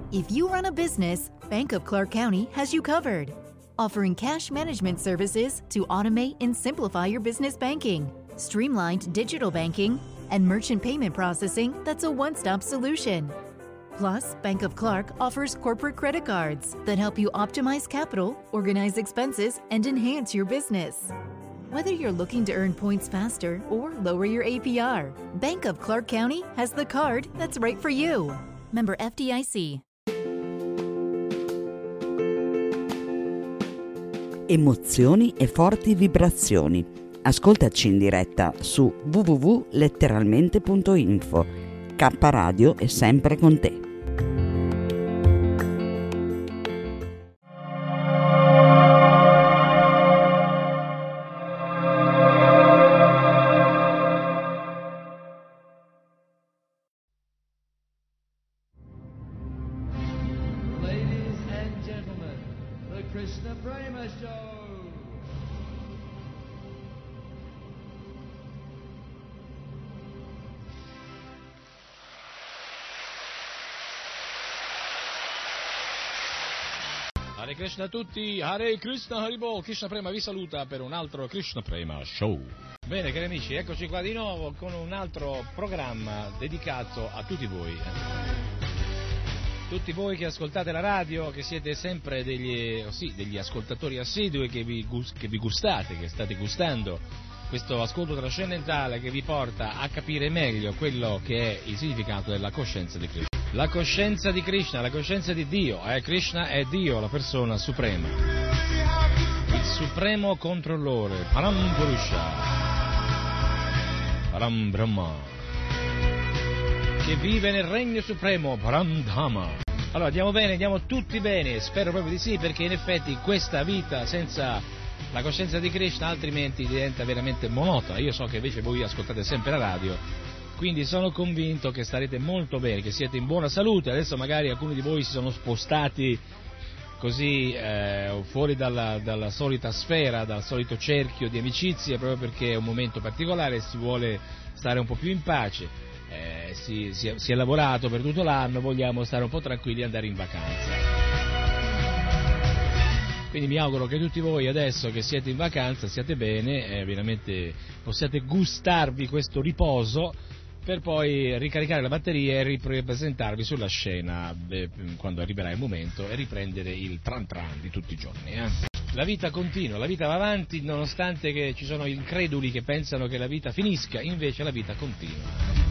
If you run a business, Bank of Clark County has you covered. Offering cash management services to automate and simplify your business banking, streamlined digital banking, and merchant payment processing that's a one-stop solution. Plus, Bank of Clark offers corporate credit cards that help you optimize capital, organize expenses, and enhance your business. Whether you're looking to earn points faster or lower your APR, Bank of Clark County has the card that's right for you. Member FDIC. Emozioni e forti vibrazioni. Ascoltaci in diretta su www.letteralmente.info. K Radio è sempre con te. Hare Krishna a tutti, Hare Krishna Haribo, Krishna Prema vi saluta per un altro Krishna Prema Show. Bene cari amici, eccoci qua di nuovo con un altro programma dedicato a tutti voi. Tutti voi che ascoltate la radio, che siete sempre degli ascoltatori assidui, che vi gustate, che state gustando questo ascolto trascendentale che vi porta a capire meglio quello che è il significato della coscienza di Krishna. La coscienza di Krishna, la coscienza di Dio, Krishna è Dio, la persona suprema, il supremo controllore, Param Purusha, Param Brahma, che vive nel regno supremo, Param Dhamma. Allora andiamo tutti bene, spero proprio di sì, perché in effetti questa vita senza la coscienza di Krishna altrimenti diventa veramente monotona. Io so che invece voi ascoltate sempre la radio, quindi sono convinto che starete molto bene, che siete in buona salute. Adesso magari alcuni di voi si sono spostati così fuori dalla solita sfera, dal solito cerchio di amicizie, proprio perché è un momento particolare, si vuole stare un po' più in pace, si è lavorato per tutto l'anno, vogliamo stare un po' tranquilli e andare in vacanza. Quindi mi auguro che tutti voi adesso che siete in vacanza siate bene, veramente possiate gustarvi questo riposo per poi ricaricare le batterie e ripresentarvi sulla scena quando arriverà il momento e riprendere il tran tran di tutti i giorni. La vita continua, la vita va avanti nonostante che ci sono increduli che pensano che la vita finisca, invece la vita continua.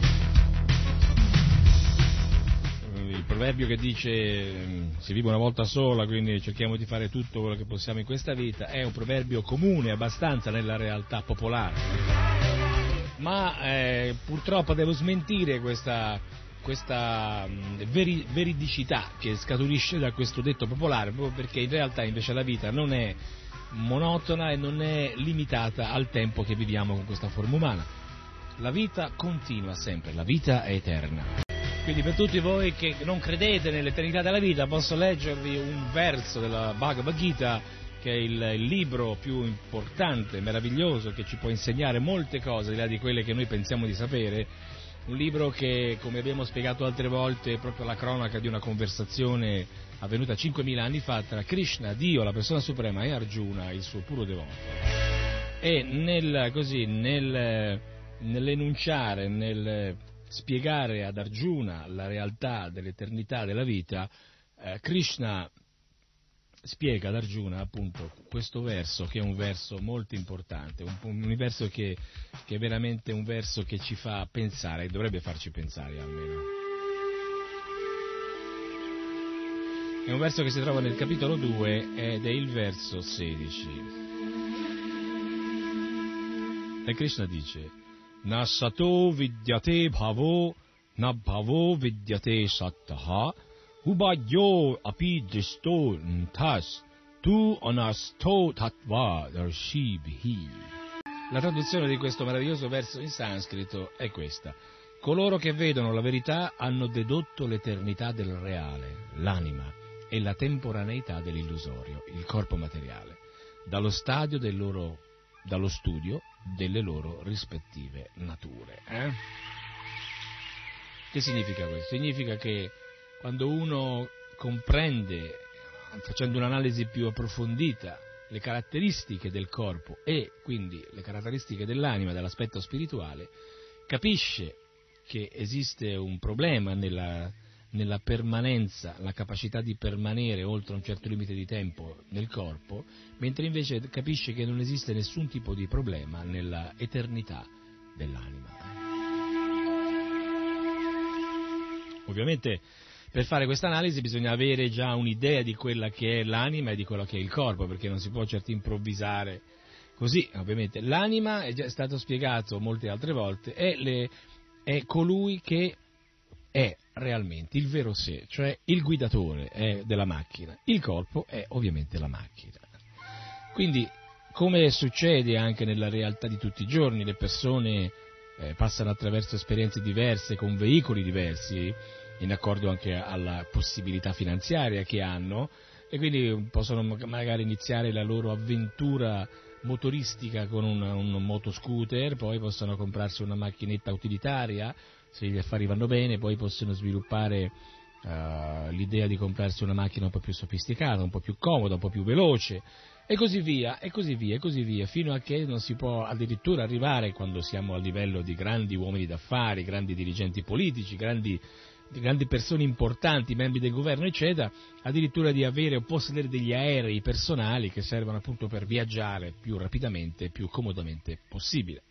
Il proverbio che dice si vive una volta sola, quindi cerchiamo di fare tutto quello che possiamo in questa vita, è un proverbio comune abbastanza nella realtà popolare. Ma purtroppo devo smentire questa veridicità che scaturisce da questo detto popolare, proprio perché in realtà invece la vita non è monotona e non è limitata al tempo che viviamo con questa forma umana. La vita continua sempre, la vita è eterna. Quindi per tutti voi che non credete nell'eternità della vita, posso leggervi un verso della Bhagavad Gita, che è il libro più importante, meraviglioso, che ci può insegnare molte cose, al di là di quelle che noi pensiamo di sapere. Un libro che, come abbiamo spiegato altre volte, è proprio la cronaca di una conversazione avvenuta 5.000 anni fa tra Krishna, Dio, la persona suprema, e Arjuna, il suo puro devoto. E nell'enunciare, nel spiegare ad Arjuna la realtà dell'eternità della vita, Krishna spiega ad Arjuna appunto questo verso, che è un verso molto importante, un verso che è veramente un verso che ci fa pensare, dovrebbe farci pensare almeno. È un verso che si trova nel capitolo 2 ed è il verso 16. E Krishna dice: Na sato vidyate bhavo, na bhavo vidyate sattaha, Ubhadyo api dristo ntas, tu anasto tattva darshibhi. La traduzione di questo meraviglioso verso in sanscrito è questa: coloro che vedono la verità hanno dedotto l'eternità del reale, l'anima, e la temporaneità dell'illusorio, il corpo materiale, dallo studio delle loro rispettive nature. Che significa questo? Significa che quando uno comprende, facendo un'analisi più approfondita, le caratteristiche del corpo e quindi le caratteristiche dell'anima, dell'aspetto spirituale, capisce che esiste un problema nella permanenza, la capacità di permanere oltre un certo limite di tempo nel corpo, mentre invece capisce che non esiste nessun tipo di problema nella eternità dell'anima. Ovviamente per fare questa analisi bisogna avere già un'idea di quella che è l'anima e di quello che è il corpo, perché non si può certo improvvisare così. Ovviamente l'anima, è già stato spiegato molte altre volte, è colui che è realmente il vero sé, cioè il guidatore della macchina. Il corpo è ovviamente la macchina. Quindi, come succede anche nella realtà di tutti i giorni, le persone passano attraverso esperienze diverse, con veicoli diversi, in accordo anche alla possibilità finanziaria che hanno, e quindi possono magari iniziare la loro avventura motoristica con un motoscooter, poi possono comprarsi una macchinetta utilitaria, se gli affari vanno bene, poi possono sviluppare l'idea di comprarsi una macchina un po' più sofisticata, un po' più comoda, un po' più veloce, e così via, e così via, e così via, fino a che non si può addirittura arrivare, quando siamo a livello di grandi uomini d'affari, grandi dirigenti politici, grandi persone importanti, membri del governo, eccetera, addirittura di avere o possedere degli aerei personali che servono appunto per viaggiare più rapidamente e più comodamente possibile.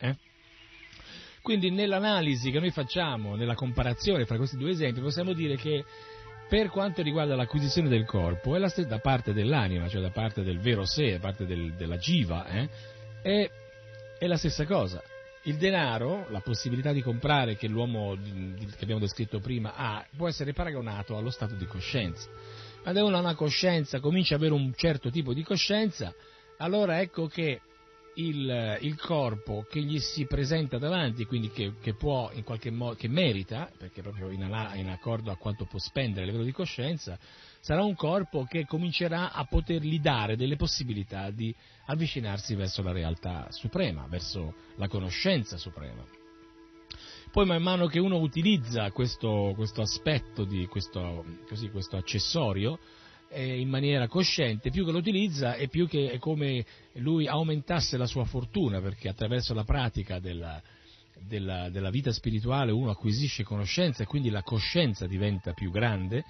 Quindi nell'analisi che noi facciamo, nella comparazione fra questi due esempi, possiamo dire che per quanto riguarda l'acquisizione del corpo, è la stessa da parte dell'anima, cioè da parte del vero sé, da parte della jiva, è la stessa cosa. Il denaro, la possibilità di comprare che l'uomo che abbiamo descritto prima ha, può essere paragonato allo stato di coscienza. Quando uno ha una coscienza, comincia ad avere un certo tipo di coscienza, allora ecco che il corpo che gli si presenta davanti, quindi che può in qualche modo, che merita, perché proprio in accordo a quanto può spendere a livello di coscienza, sarà un corpo che comincerà a potergli dare delle possibilità di avvicinarsi verso la realtà suprema, verso la conoscenza suprema. Poi man mano che uno utilizza questo aspetto di questo accessorio in maniera cosciente, più che lo utilizza e più che è come lui aumentasse la sua fortuna, perché attraverso la pratica della vita spirituale uno acquisisce conoscenza e quindi la coscienza diventa più grande.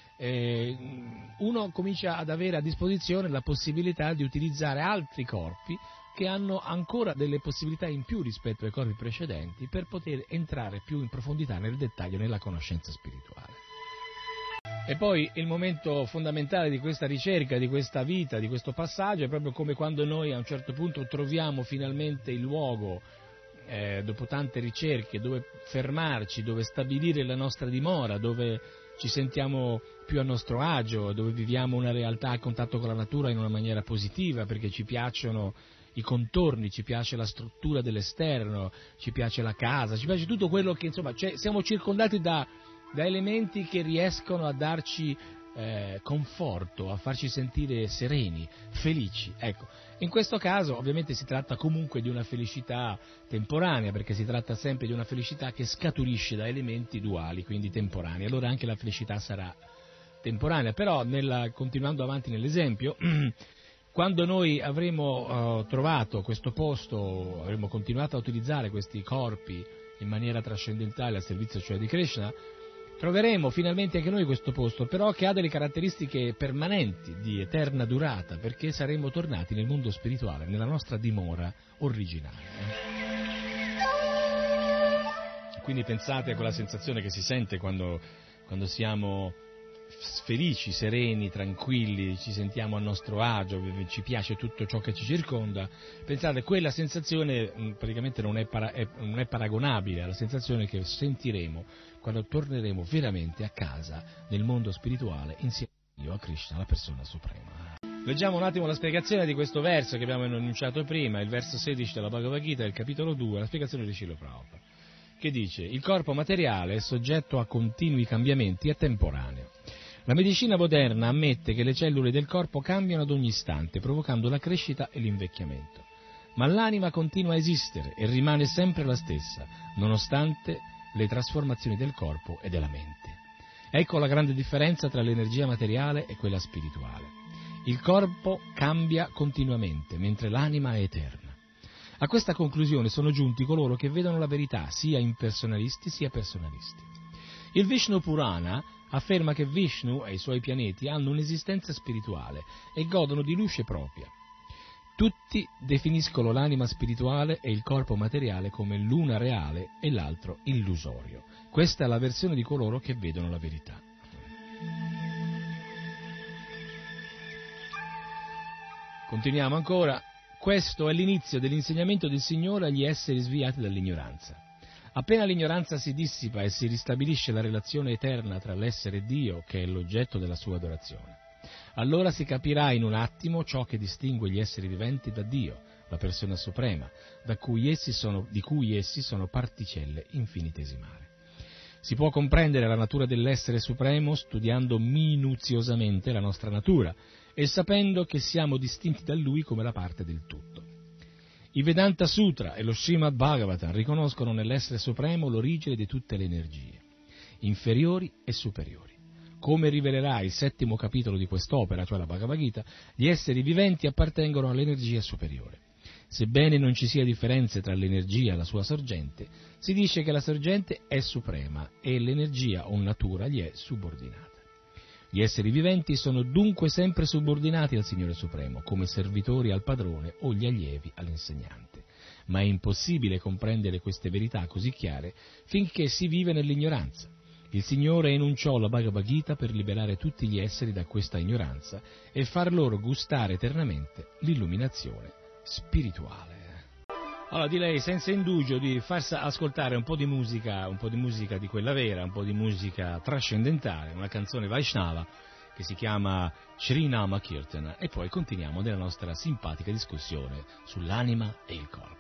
Uno comincia ad avere a disposizione la possibilità di utilizzare altri corpi che hanno ancora delle possibilità in più rispetto ai corpi precedenti per poter entrare più in profondità nel dettaglio nella conoscenza spirituale. E poi il momento fondamentale di questa ricerca, di questa vita, di questo passaggio è proprio come quando noi a un certo punto troviamo finalmente il luogo, dopo tante ricerche, dove fermarci, dove stabilire la nostra dimora, dove ci sentiamo più a nostro agio, dove viviamo una realtà a contatto con la natura in una maniera positiva, perché ci piacciono i contorni, ci piace la struttura dell'esterno, ci piace la casa, ci piace tutto quello che, insomma, siamo circondati da elementi che riescono a darci conforto, a farci sentire sereni, felici. Ecco, in questo caso ovviamente si tratta comunque di una felicità temporanea, perché si tratta sempre di una felicità che scaturisce da elementi duali, quindi temporanei. Allora anche la felicità sarà temporanea, però continuando avanti nell'esempio, quando noi avremo trovato questo posto, avremo continuato a utilizzare questi corpi in maniera trascendentale al servizio cioè di Krishna, troveremo finalmente anche noi questo posto, però che ha delle caratteristiche permanenti, di eterna durata, perché saremo tornati nel mondo spirituale, nella nostra dimora originale. Quindi pensate a quella sensazione che si sente quando siamo felici, sereni, tranquilli, ci sentiamo a nostro agio, ci piace tutto ciò che ci circonda. Pensate, quella sensazione praticamente non è paragonabile alla sensazione che sentiremo quando torneremo veramente a casa nel mondo spirituale insieme a Dio, a Krishna, la persona suprema. Leggiamo un attimo la spiegazione di questo verso che abbiamo enunciato prima, il verso 16 della Bhagavad Gita, del capitolo 2, la spiegazione di Srila Prabhupada, che dice: il corpo materiale è soggetto a continui cambiamenti, è temporaneo. La medicina moderna ammette che le cellule del corpo cambiano ad ogni istante, provocando la crescita e l'invecchiamento. Ma l'anima continua a esistere e rimane sempre la stessa, nonostante le trasformazioni del corpo e della mente. Ecco la grande differenza tra l'energia materiale e quella spirituale. Il corpo cambia continuamente, mentre l'anima è eterna. A questa conclusione sono giunti coloro che vedono la verità, sia impersonalisti sia personalisti. Il Vishnu Purana afferma che Vishnu e i suoi pianeti hanno un'esistenza spirituale e godono di luce propria. Tutti definiscono l'anima spirituale e il corpo materiale come l'una reale e l'altro illusorio. Questa è la versione di coloro che vedono la verità. Continuiamo ancora. Questo è l'inizio dell'insegnamento del Signore agli esseri sviati dall'ignoranza. Appena l'ignoranza si dissipa e si ristabilisce la relazione eterna tra l'essere e Dio, che è l'oggetto della sua adorazione, allora si capirà in un attimo ciò che distingue gli esseri viventi da Dio, la persona suprema, di cui essi sono particelle infinitesimali. Si può comprendere la natura dell'essere supremo studiando minuziosamente la nostra natura e sapendo che siamo distinti da Lui come la parte del tutto. I Vedanta Sutra e lo Srimad Bhagavatam riconoscono nell'essere supremo l'origine di tutte le energie, inferiori e superiori. Come rivelerà il 7° capitolo di quest'opera, cioè la Bhagavad Gita, gli esseri viventi appartengono all'energia superiore. Sebbene non ci sia differenza tra l'energia e la sua sorgente, si dice che la sorgente è suprema e l'energia o natura gli è subordinata. Gli esseri viventi sono dunque sempre subordinati al Signore Supremo, come servitori al padrone o gli allievi all'insegnante. Ma è impossibile comprendere queste verità così chiare finché si vive nell'ignoranza. Il Signore enunciò la Bhagavad Gita per liberare tutti gli esseri da questa ignoranza e far loro gustare eternamente l'illuminazione spirituale. Allora direi senza indugio di far ascoltare un po' di musica di quella vera, un po' di musica trascendentale, una canzone Vaishnava che si chiama Srinama Kirtana, e poi continuiamo nella nostra simpatica discussione sull'anima e il corpo.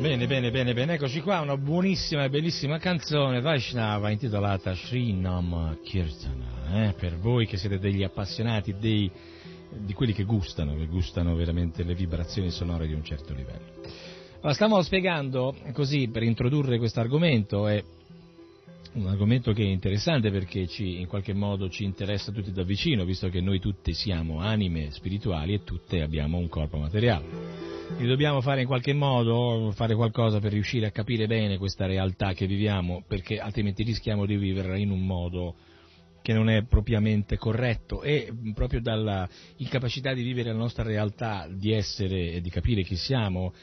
Bene, eccoci qua, una buonissima e bellissima canzone Vaishnava intitolata Sri Nam Kirtana, per voi che siete degli appassionati, di quelli che gustano veramente le vibrazioni sonore di un certo livello. Allora, stiamo spiegando, così per introdurre questo argomento, è un argomento che è interessante perché in qualche modo ci interessa tutti da vicino, visto che noi tutti siamo anime spirituali e tutte abbiamo un corpo materiale. Quindi dobbiamo fare in qualche modo, fare qualcosa per riuscire a capire bene questa realtà che viviamo, perché altrimenti rischiamo di viverla in un modo che non è propriamente corretto, e proprio dalla incapacità di vivere la nostra realtà, di essere e di capire chi siamo,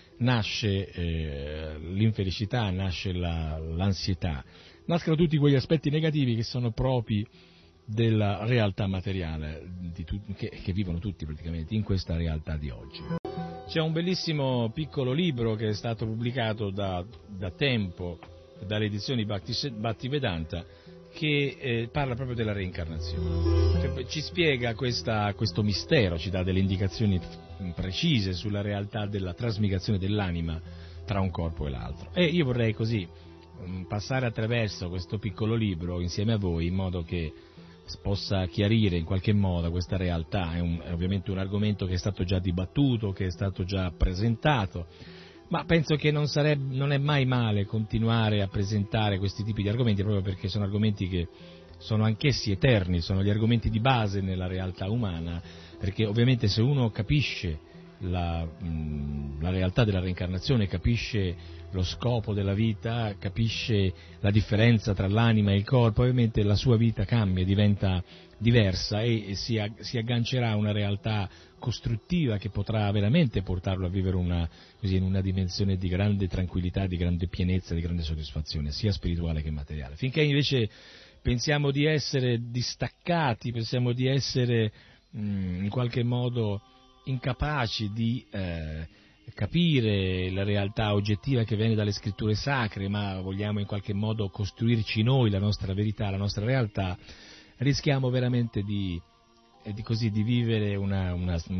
nasce l'infelicità, nasce l'ansietà, nascono tutti quegli aspetti negativi che sono propri della realtà materiale, che vivono tutti praticamente in questa realtà di oggi. C'è un bellissimo piccolo libro che è stato pubblicato da tempo dalle edizioni Bhaktivedanta, che parla proprio della reincarnazione, ci spiega questo mistero, ci dà delle indicazioni precise sulla realtà della trasmigrazione dell'anima tra un corpo e l'altro. E io vorrei così passare attraverso questo piccolo libro insieme a voi, in modo che possa chiarire in qualche modo questa realtà. È ovviamente un argomento che è stato già dibattuto, che è stato già presentato, ma penso che non è mai male continuare a presentare questi tipi di argomenti, proprio perché sono argomenti che sono anch'essi eterni, sono gli argomenti di base nella realtà umana, perché ovviamente se uno capisce la realtà della reincarnazione, capisce lo scopo della vita, capisce la differenza tra l'anima e il corpo, ovviamente la sua vita cambia, diventa diversa e si aggancerà a una realtà costruttiva che potrà veramente portarlo a vivere in una dimensione di grande tranquillità, di grande pienezza, di grande soddisfazione, sia spirituale che materiale. Finché invece pensiamo di essere distaccati, pensiamo di essere in qualche modo incapaci di capire la realtà oggettiva che viene dalle scritture sacre, ma vogliamo in qualche modo costruirci noi la nostra verità, la nostra realtà, rischiamo veramente di vivere una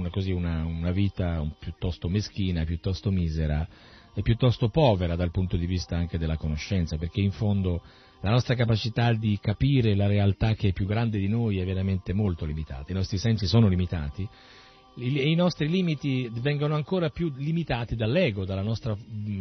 vita piuttosto meschina, piuttosto misera e piuttosto povera dal punto di vista anche della conoscenza, perché in fondo la nostra capacità di capire la realtà che è più grande di noi è veramente molto limitata, i nostri sensi sono limitati, i nostri limiti vengono ancora più limitati dall'ego, dalla nostra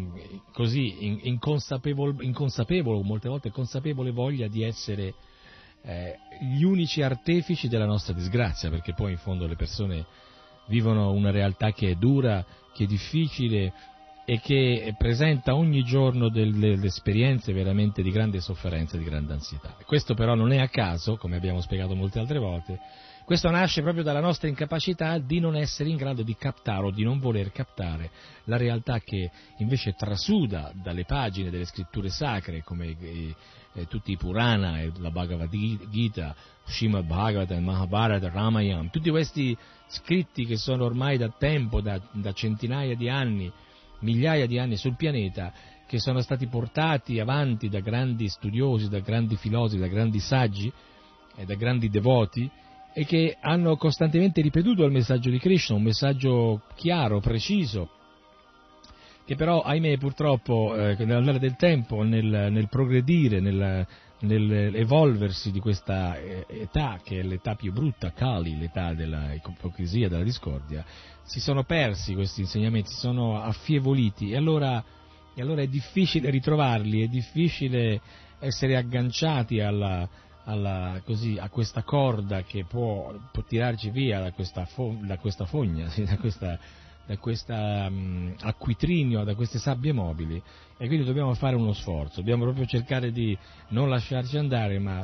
così inconsapevole, molte volte consapevole voglia di essere gli unici artefici della nostra disgrazia, perché poi in fondo le persone vivono una realtà che è dura, che è difficile e che presenta ogni giorno delle esperienze veramente di grande sofferenza e di grande ansietà. Questo però non è a caso, come abbiamo spiegato molte altre volte. Questo nasce proprio dalla nostra incapacità di non essere in grado di captare o di non voler captare la realtà che invece trasuda dalle pagine delle scritture sacre, come tutti i Purana e la Bhagavad Gita, Srimad Bhagavatam, Mahabharata, Ramayana, tutti questi scritti che sono ormai da tempo, da centinaia di anni, migliaia di anni sul pianeta, che sono stati portati avanti da grandi studiosi, da grandi filosofi, da grandi saggi e da grandi devoti, e che hanno costantemente ripetuto il messaggio di Krishna, un messaggio chiaro, preciso, che però, ahimè, purtroppo, nell'andare del tempo, nel progredire, nell'evolversi di questa età, che è l'età più brutta, Kali, l'età dell'ipocrisia, della discordia, si sono persi questi insegnamenti, si sono affievoliti, e allora è difficile ritrovarli, è difficile essere agganciati a questa corda che può tirarci via da questa fogna, da questa acquitrinio, da queste sabbie mobili, e quindi dobbiamo fare uno sforzo, dobbiamo proprio cercare di non lasciarci andare, ma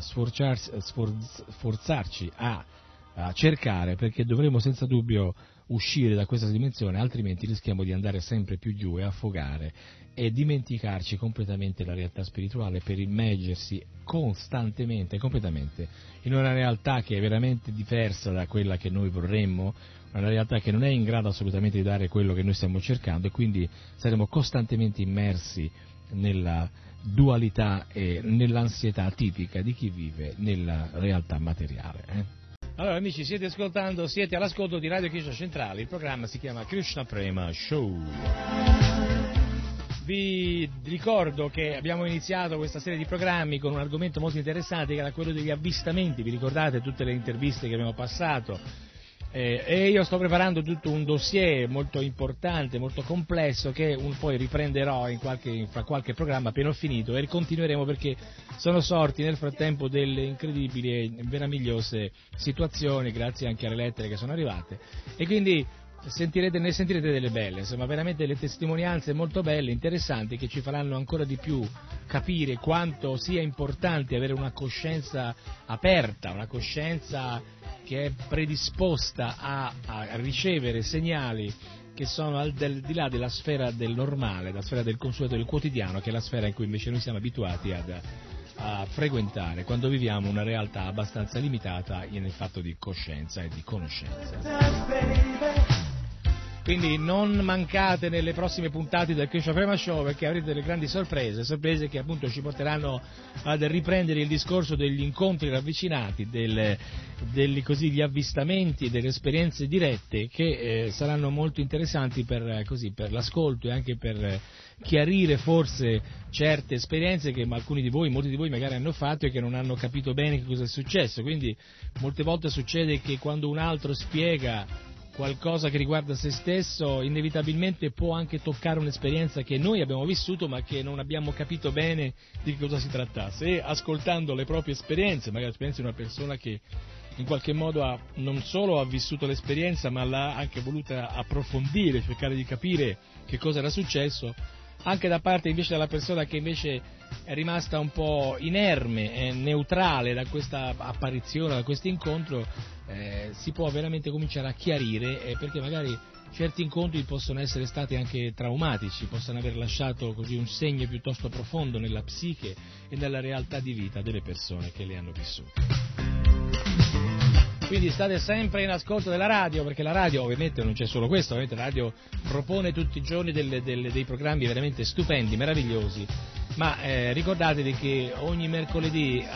sforzarci a cercare, perché dovremo senza dubbio uscire da questa dimensione, altrimenti rischiamo di andare sempre più giù e affogare e dimenticarci completamente la realtà spirituale per immergersi costantemente, completamente, in una realtà che è veramente diversa da quella che noi vorremmo, una realtà che non è in grado assolutamente di dare quello che noi stiamo cercando, e quindi saremo costantemente immersi nella dualità e nell'ansietà tipica di chi vive nella realtà materiale. Allora amici, siete all'ascolto di Radio Krishna Centrale, il programma si chiama Krishna Prema Show. Vi ricordo che abbiamo iniziato questa serie di programmi con un argomento molto interessante che era quello degli avvistamenti. Vi ricordate tutte le interviste che abbiamo passato? E io sto preparando tutto un dossier molto importante, molto complesso, che poi riprenderò fra qualche programma appena finito, e continueremo perché sono sorti nel frattempo delle incredibili e meravigliose situazioni, grazie anche alle lettere che sono arrivate, e quindi ne sentirete delle belle, insomma, veramente delle testimonianze molto belle, interessanti, che ci faranno ancora di più capire quanto sia importante avere una coscienza aperta, una coscienza che è predisposta a ricevere segnali che sono al di là della sfera del normale, la sfera del consueto, del quotidiano, che è la sfera in cui invece noi siamo abituati a frequentare quando viviamo una realtà abbastanza limitata nel fatto di coscienza e di conoscenza. Quindi non mancate nelle prossime puntate del Krishna Prema Show, perché avrete delle grandi sorprese che appunto ci porteranno ad riprendere il discorso degli incontri ravvicinati, gli avvistamenti, delle esperienze dirette, che saranno molto interessanti per l'ascolto e anche per chiarire forse certe esperienze che molti di voi magari hanno fatto e che non hanno capito bene che cosa è successo. Quindi molte volte succede che quando un altro spiega qualcosa che riguarda se stesso, inevitabilmente può anche toccare un'esperienza che noi abbiamo vissuto ma che non abbiamo capito bene di cosa si trattasse, e ascoltando le proprie esperienze, magari l'esperienza di una persona che in qualche modo non solo ha vissuto l'esperienza ma l'ha anche voluta approfondire, cercare di capire che cosa era successo, anche da parte invece della persona che invece è rimasta un po' inerme e neutrale da questa apparizione, da questo incontro, si può veramente cominciare a chiarire, perché magari certi incontri possono essere stati anche traumatici, possono aver lasciato così un segno piuttosto profondo nella psiche e nella realtà di vita delle persone che le hanno vissute. Quindi state sempre in ascolto della radio, perché la radio ovviamente non c'è solo questo, ovviamente la radio propone tutti i giorni dei programmi veramente stupendi, meravigliosi, ma ricordatevi che ogni mercoledì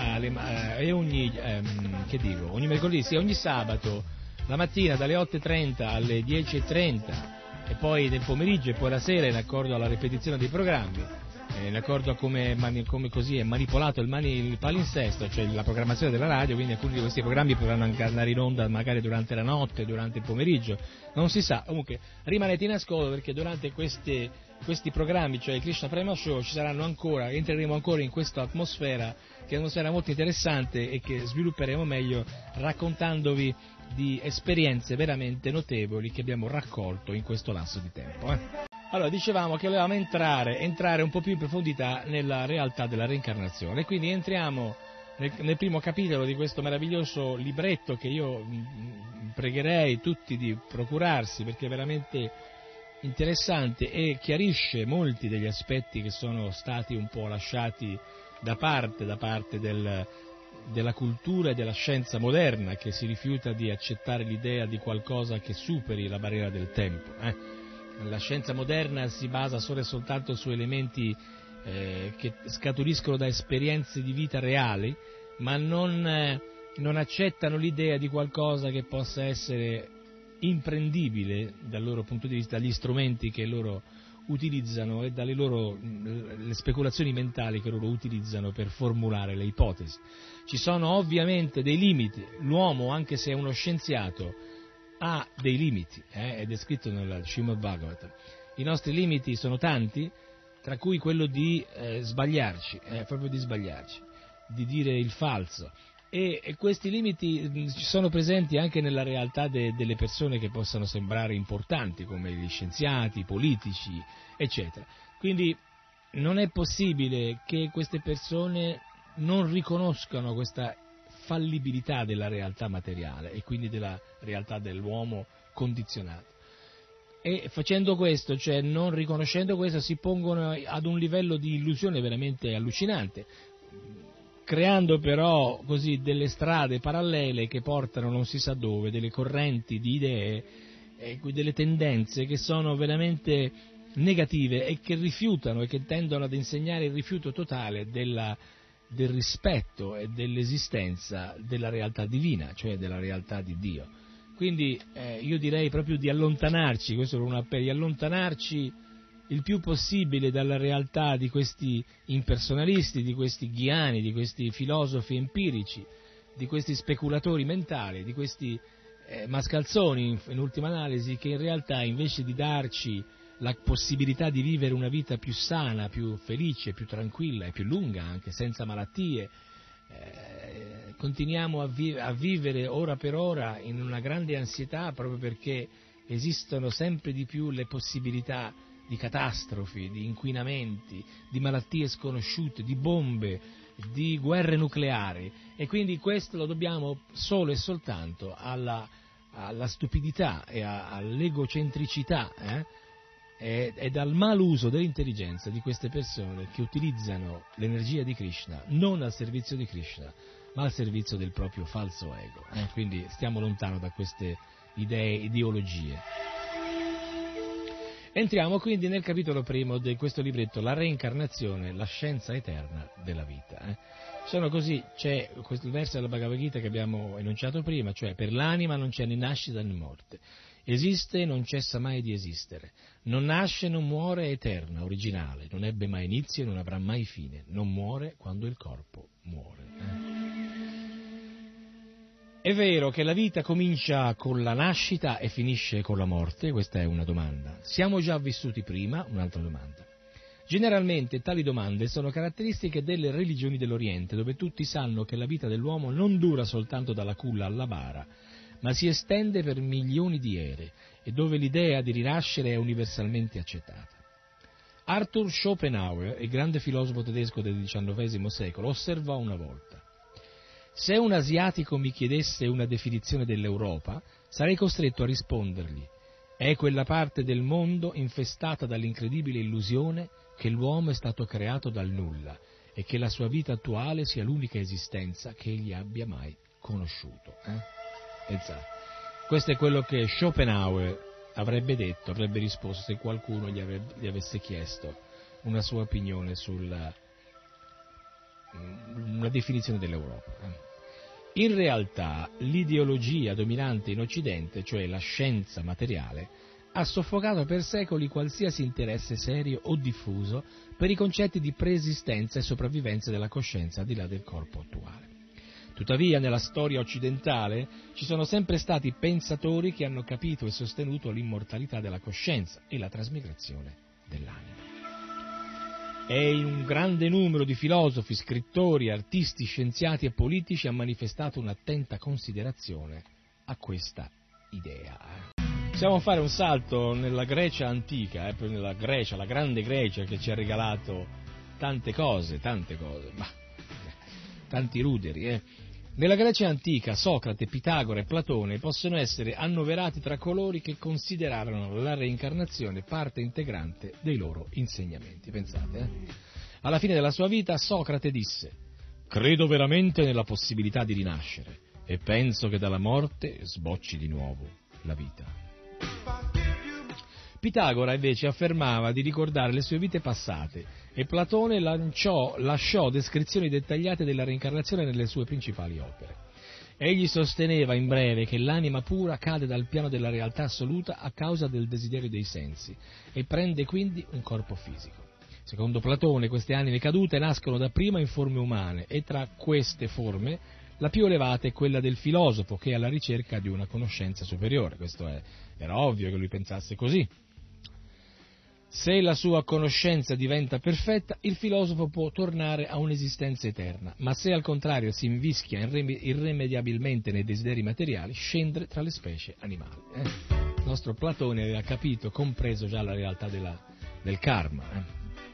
ogni sabato la mattina dalle 8:30 alle 10:30 e poi nel pomeriggio e poi la sera, in accordo alla ripetizione dei programmi, in accordo a come così è manipolato il palinsesto, cioè la programmazione della radio, quindi alcuni di questi programmi potranno anche andare in onda magari durante la notte, durante il pomeriggio, non si sa. Comunque rimanete in ascolto, perché durante questi programmi, cioè il Krishna Prema Show, entreremo ancora in questa atmosfera, che è un'atmosfera molto interessante e che svilupperemo meglio raccontandovi di esperienze veramente notevoli che abbiamo raccolto in questo lasso di tempo. Allora, dicevamo che volevamo entrare un po' più in profondità nella realtà della reincarnazione, e quindi entriamo nel primo capitolo di questo meraviglioso libretto che io pregherei tutti di procurarsi, perché è veramente interessante e chiarisce molti degli aspetti che sono stati un po' lasciati da parte della cultura e della scienza moderna, che si rifiuta di accettare l'idea di qualcosa che superi la barriera del tempo. La scienza moderna si basa solo e soltanto su elementi che scaturiscono da esperienze di vita reali, ma non accettano l'idea di qualcosa che possa essere imprendibile dal loro punto di vista, dagli strumenti che loro utilizzano e le speculazioni mentali che loro utilizzano per formulare le ipotesi. Ci sono ovviamente dei limiti, l'uomo, anche se è uno scienziato, ha dei limiti, è descritto nel Srimad Bhagavatam. I nostri limiti sono tanti, tra cui quello di sbagliarci, proprio di sbagliarci, di dire il falso, e questi limiti sono presenti anche nella realtà delle persone che possano sembrare importanti, come gli scienziati, i politici, eccetera. Quindi non è possibile che queste persone non riconoscano questa fallibilità della realtà materiale e quindi della realtà dell'uomo condizionato. E facendo questo, cioè non riconoscendo questo, si pongono ad un livello di illusione veramente allucinante, creando però così delle strade parallele che portano non si sa dove, delle correnti di idee, delle tendenze che sono veramente negative e che rifiutano e che tendono ad insegnare il rifiuto totale del rispetto e dell'esistenza della realtà divina, cioè della realtà di Dio. Quindi io direi proprio di allontanarci, questo è un appello, di allontanarci il più possibile dalla realtà di questi impersonalisti, di questi ghiani, di questi filosofi empirici, di questi speculatori mentali, di questi mascalzoni in ultima analisi, che in realtà invece di darci la possibilità di vivere una vita più sana, più felice, più tranquilla e più lunga, anche senza malattie, continuiamo a vivere ora per ora in una grande ansietà, proprio perché esistono sempre di più le possibilità di catastrofi, di inquinamenti, di malattie sconosciute, di bombe, di guerre nucleari, e quindi questo lo dobbiamo solo e soltanto alla stupidità e all'egocentricità ed al maluso dell'intelligenza di queste persone che utilizzano l'energia di Krishna non al servizio di Krishna, ma al servizio del proprio falso ego. Quindi stiamo lontano da queste ideologie. Entriamo quindi nel capitolo primo di questo libretto, La reincarnazione, la scienza eterna della vita. Sono così, c'è questo verso della Bhagavad Gita che abbiamo enunciato prima, cioè per l'anima non c'è né nascita né morte, esiste e non cessa mai di esistere, non nasce, non muore, è eterna, originale, non ebbe mai inizio e non avrà mai fine, non muore quando il corpo muore. È vero che la vita comincia con la nascita e finisce con la morte? Questa è una domanda. Siamo già vissuti prima? Un'altra domanda. Generalmente tali domande sono caratteristiche delle religioni dell'Oriente, dove tutti sanno che la vita dell'uomo non dura soltanto dalla culla alla bara, ma si estende per milioni di ere, e dove l'idea di rinascere è universalmente accettata. Arthur Schopenhauer, il grande filosofo tedesco del XIX secolo, osservò una volta: se un asiatico mi chiedesse una definizione dell'Europa, sarei costretto a rispondergli: è quella parte del mondo infestata dall'incredibile illusione che l'uomo è stato creato dal nulla e che la sua vita attuale sia l'unica esistenza che egli abbia mai conosciuto. Esatto. Questo è quello che Schopenhauer avrebbe detto, avrebbe risposto se qualcuno gli avesse chiesto una sua opinione sulla una definizione dell'Europa. In realtà l'ideologia dominante in Occidente, cioè la scienza materiale, ha soffocato per secoli qualsiasi interesse serio o diffuso per i concetti di preesistenza e sopravvivenza della coscienza al di là del corpo attuale. Tuttavia, nella storia occidentale ci sono sempre stati pensatori che hanno capito e sostenuto l'immortalità della coscienza e la trasmigrazione dell'anima. E un grande numero di filosofi, scrittori, artisti, scienziati e politici ha manifestato un'attenta considerazione a questa idea. Possiamo fare un salto nella Grecia antica, nella Grecia, la grande Grecia che ci ha regalato tante cose, tanti ruderi. Nella Grecia antica Socrate, Pitagora e Platone possono essere annoverati tra coloro che considerarono la reincarnazione parte integrante dei loro insegnamenti. Pensate, alla fine della sua vita Socrate disse: credo veramente nella possibilità di rinascere e penso che dalla morte sbocci di nuovo la vita. Pitagora invece affermava di ricordare le sue vite passate e Platone lasciò descrizioni dettagliate della reincarnazione nelle sue principali opere. Egli sosteneva in breve che l'anima pura cade dal piano della realtà assoluta a causa del desiderio dei sensi e prende quindi un corpo fisico. Secondo Platone queste anime cadute nascono dapprima in forme umane e tra queste forme la più elevata è quella del filosofo che è alla ricerca di una conoscenza superiore. Era ovvio che lui pensasse così. Se la sua conoscenza diventa perfetta, il filosofo può tornare a un'esistenza eterna, ma se al contrario si invischia irrimediabilmente nei desideri materiali, scende tra le specie animali. Il nostro Platone aveva capito, compreso già la realtà del karma.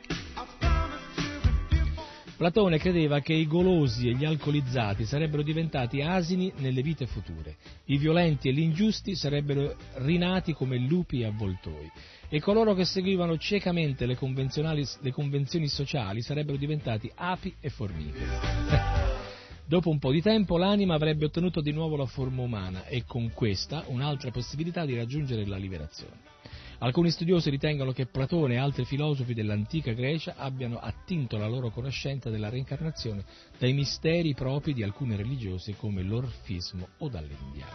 Platone credeva che i golosi e gli alcolizzati sarebbero diventati asini nelle vite future, i violenti e gli ingiusti sarebbero rinati come lupi e avvoltoi, e coloro che seguivano ciecamente le convenzioni sociali sarebbero diventati api e formiche. Dopo un po' di tempo l'anima avrebbe ottenuto di nuovo la forma umana e con questa un'altra possibilità di raggiungere la liberazione. Alcuni studiosi ritengono che Platone e altri filosofi dell'antica Grecia abbiano attinto la loro conoscenza della reincarnazione dai misteri propri di alcune religiose come l'orfismo o dall'India.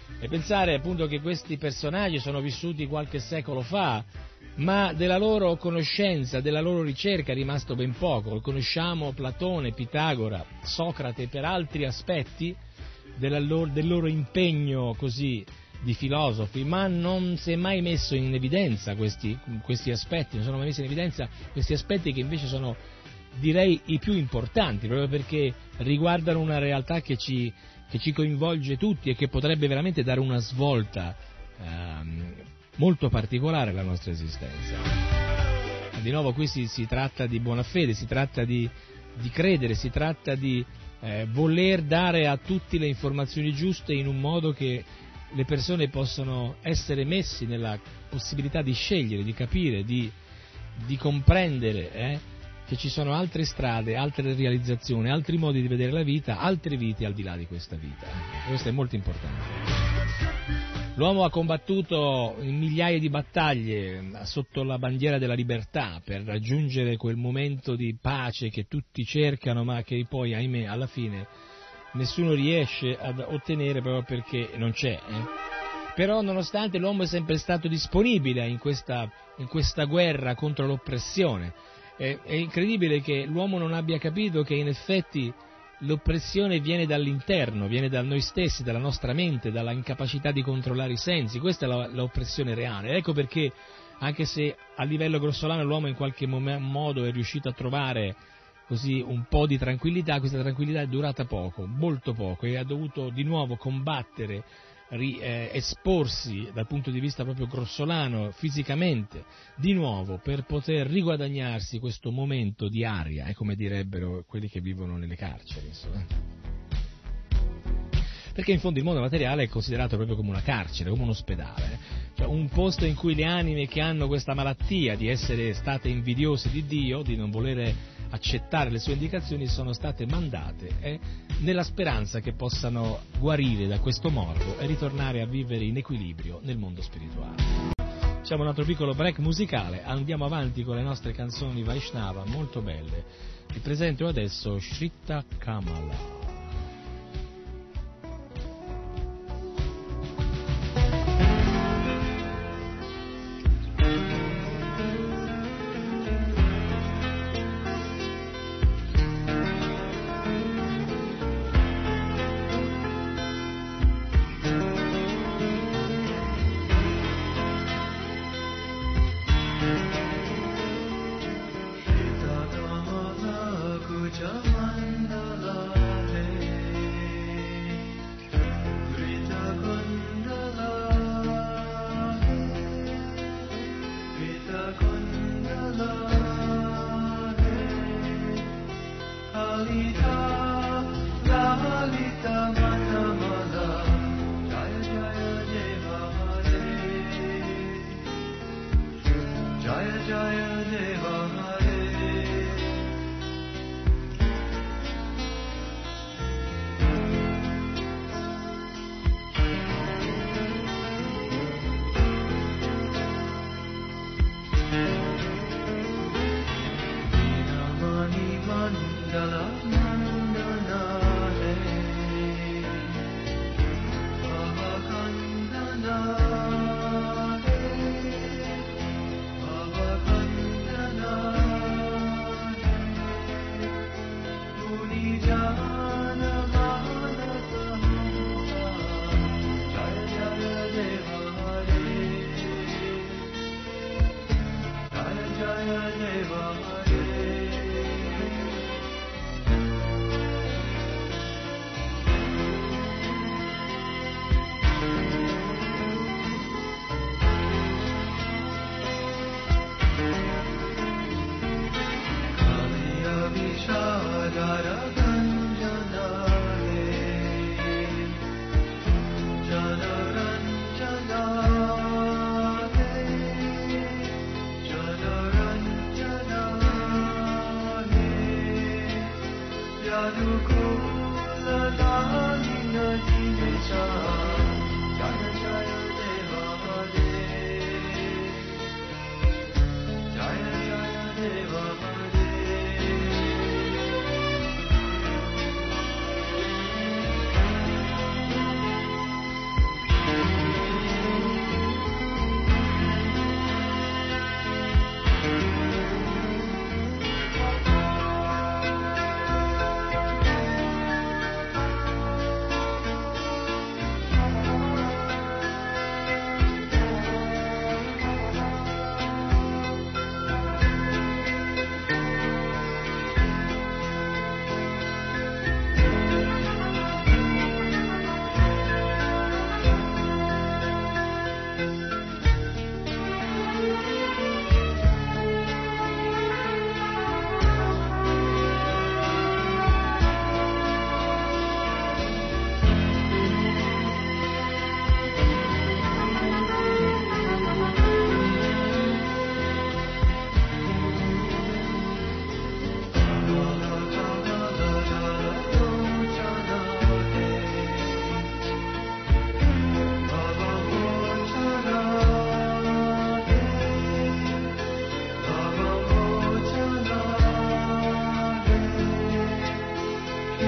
e pensare appunto che questi personaggi sono vissuti qualche secolo fa, ma della loro conoscenza, della loro ricerca è rimasto ben poco. Conosciamo Platone, Pitagora, Socrate per altri aspetti del loro impegno così di filosofi, ma non si è mai messo in evidenza questi aspetti, non sono mai messi in evidenza questi aspetti che invece sono, direi, i più importanti, proprio perché riguardano una realtà che ci coinvolge tutti e che potrebbe veramente dare una svolta molto particolare alla nostra esistenza. Di nuovo qui si tratta di buona fede, si tratta di credere, si tratta di voler dare a tutti le informazioni giuste in un modo che le persone possono essere messi nella possibilità di scegliere, di capire, di comprendere che ci sono altre strade, altre realizzazioni, altri modi di vedere la vita, altre vite al di là di questa vita. Questo è molto importante. L'uomo ha combattuto in migliaia di battaglie sotto la bandiera della libertà per raggiungere quel momento di pace che tutti cercano, ma che poi, ahimè, alla fine nessuno riesce ad ottenere proprio perché non c'è. Però nonostante l'uomo è sempre stato disponibile in questa guerra contro l'oppressione, è incredibile che l'uomo non abbia capito che in effetti l'oppressione viene dall'interno, viene da noi stessi, dalla nostra mente, dalla incapacità di controllare i sensi. Questa è l'oppressione reale. Ecco perché, anche se a livello grossolano l'uomo in qualche modo è riuscito a trovare così un po' di tranquillità, questa tranquillità è durata poco, molto poco, e ha dovuto di nuovo combattere, esporsi dal punto di vista proprio grossolano, fisicamente, di nuovo, per poter riguadagnarsi questo momento di aria, come direbbero quelli che vivono nelle carceri, insomma. Perché in fondo il mondo materiale è considerato proprio come una carcere, come un ospedale, cioè un posto in cui le anime che hanno questa malattia di essere state invidiose di Dio, di non volere accettare le sue indicazioni, sono state mandate nella speranza che possano guarire da questo morbo e ritornare a vivere in equilibrio nel mondo spirituale. Facciamo un altro piccolo break musicale, andiamo avanti con le nostre canzoni Vaishnava molto belle. Vi presento adesso Shritta Kamala. Mandala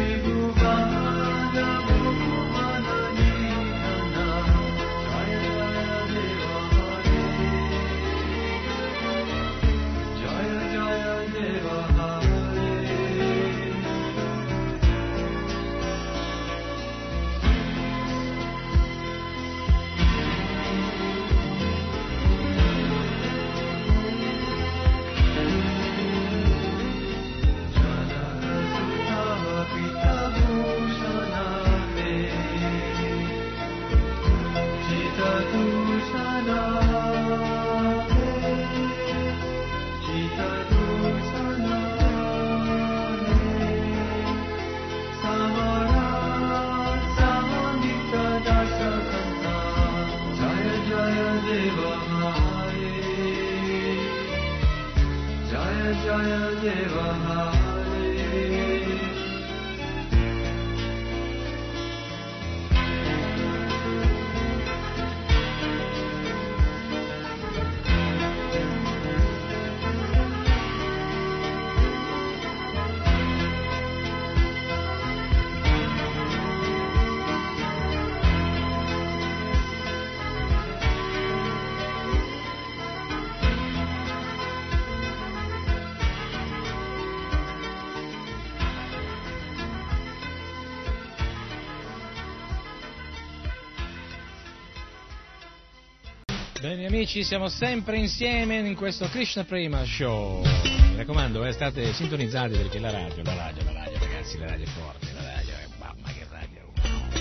Bene amici, siamo sempre insieme in questo Krishna Prema Show. Mi raccomando, state sintonizzati perché la radio ragazzi, la radio è forte, la radio è mamma che radio.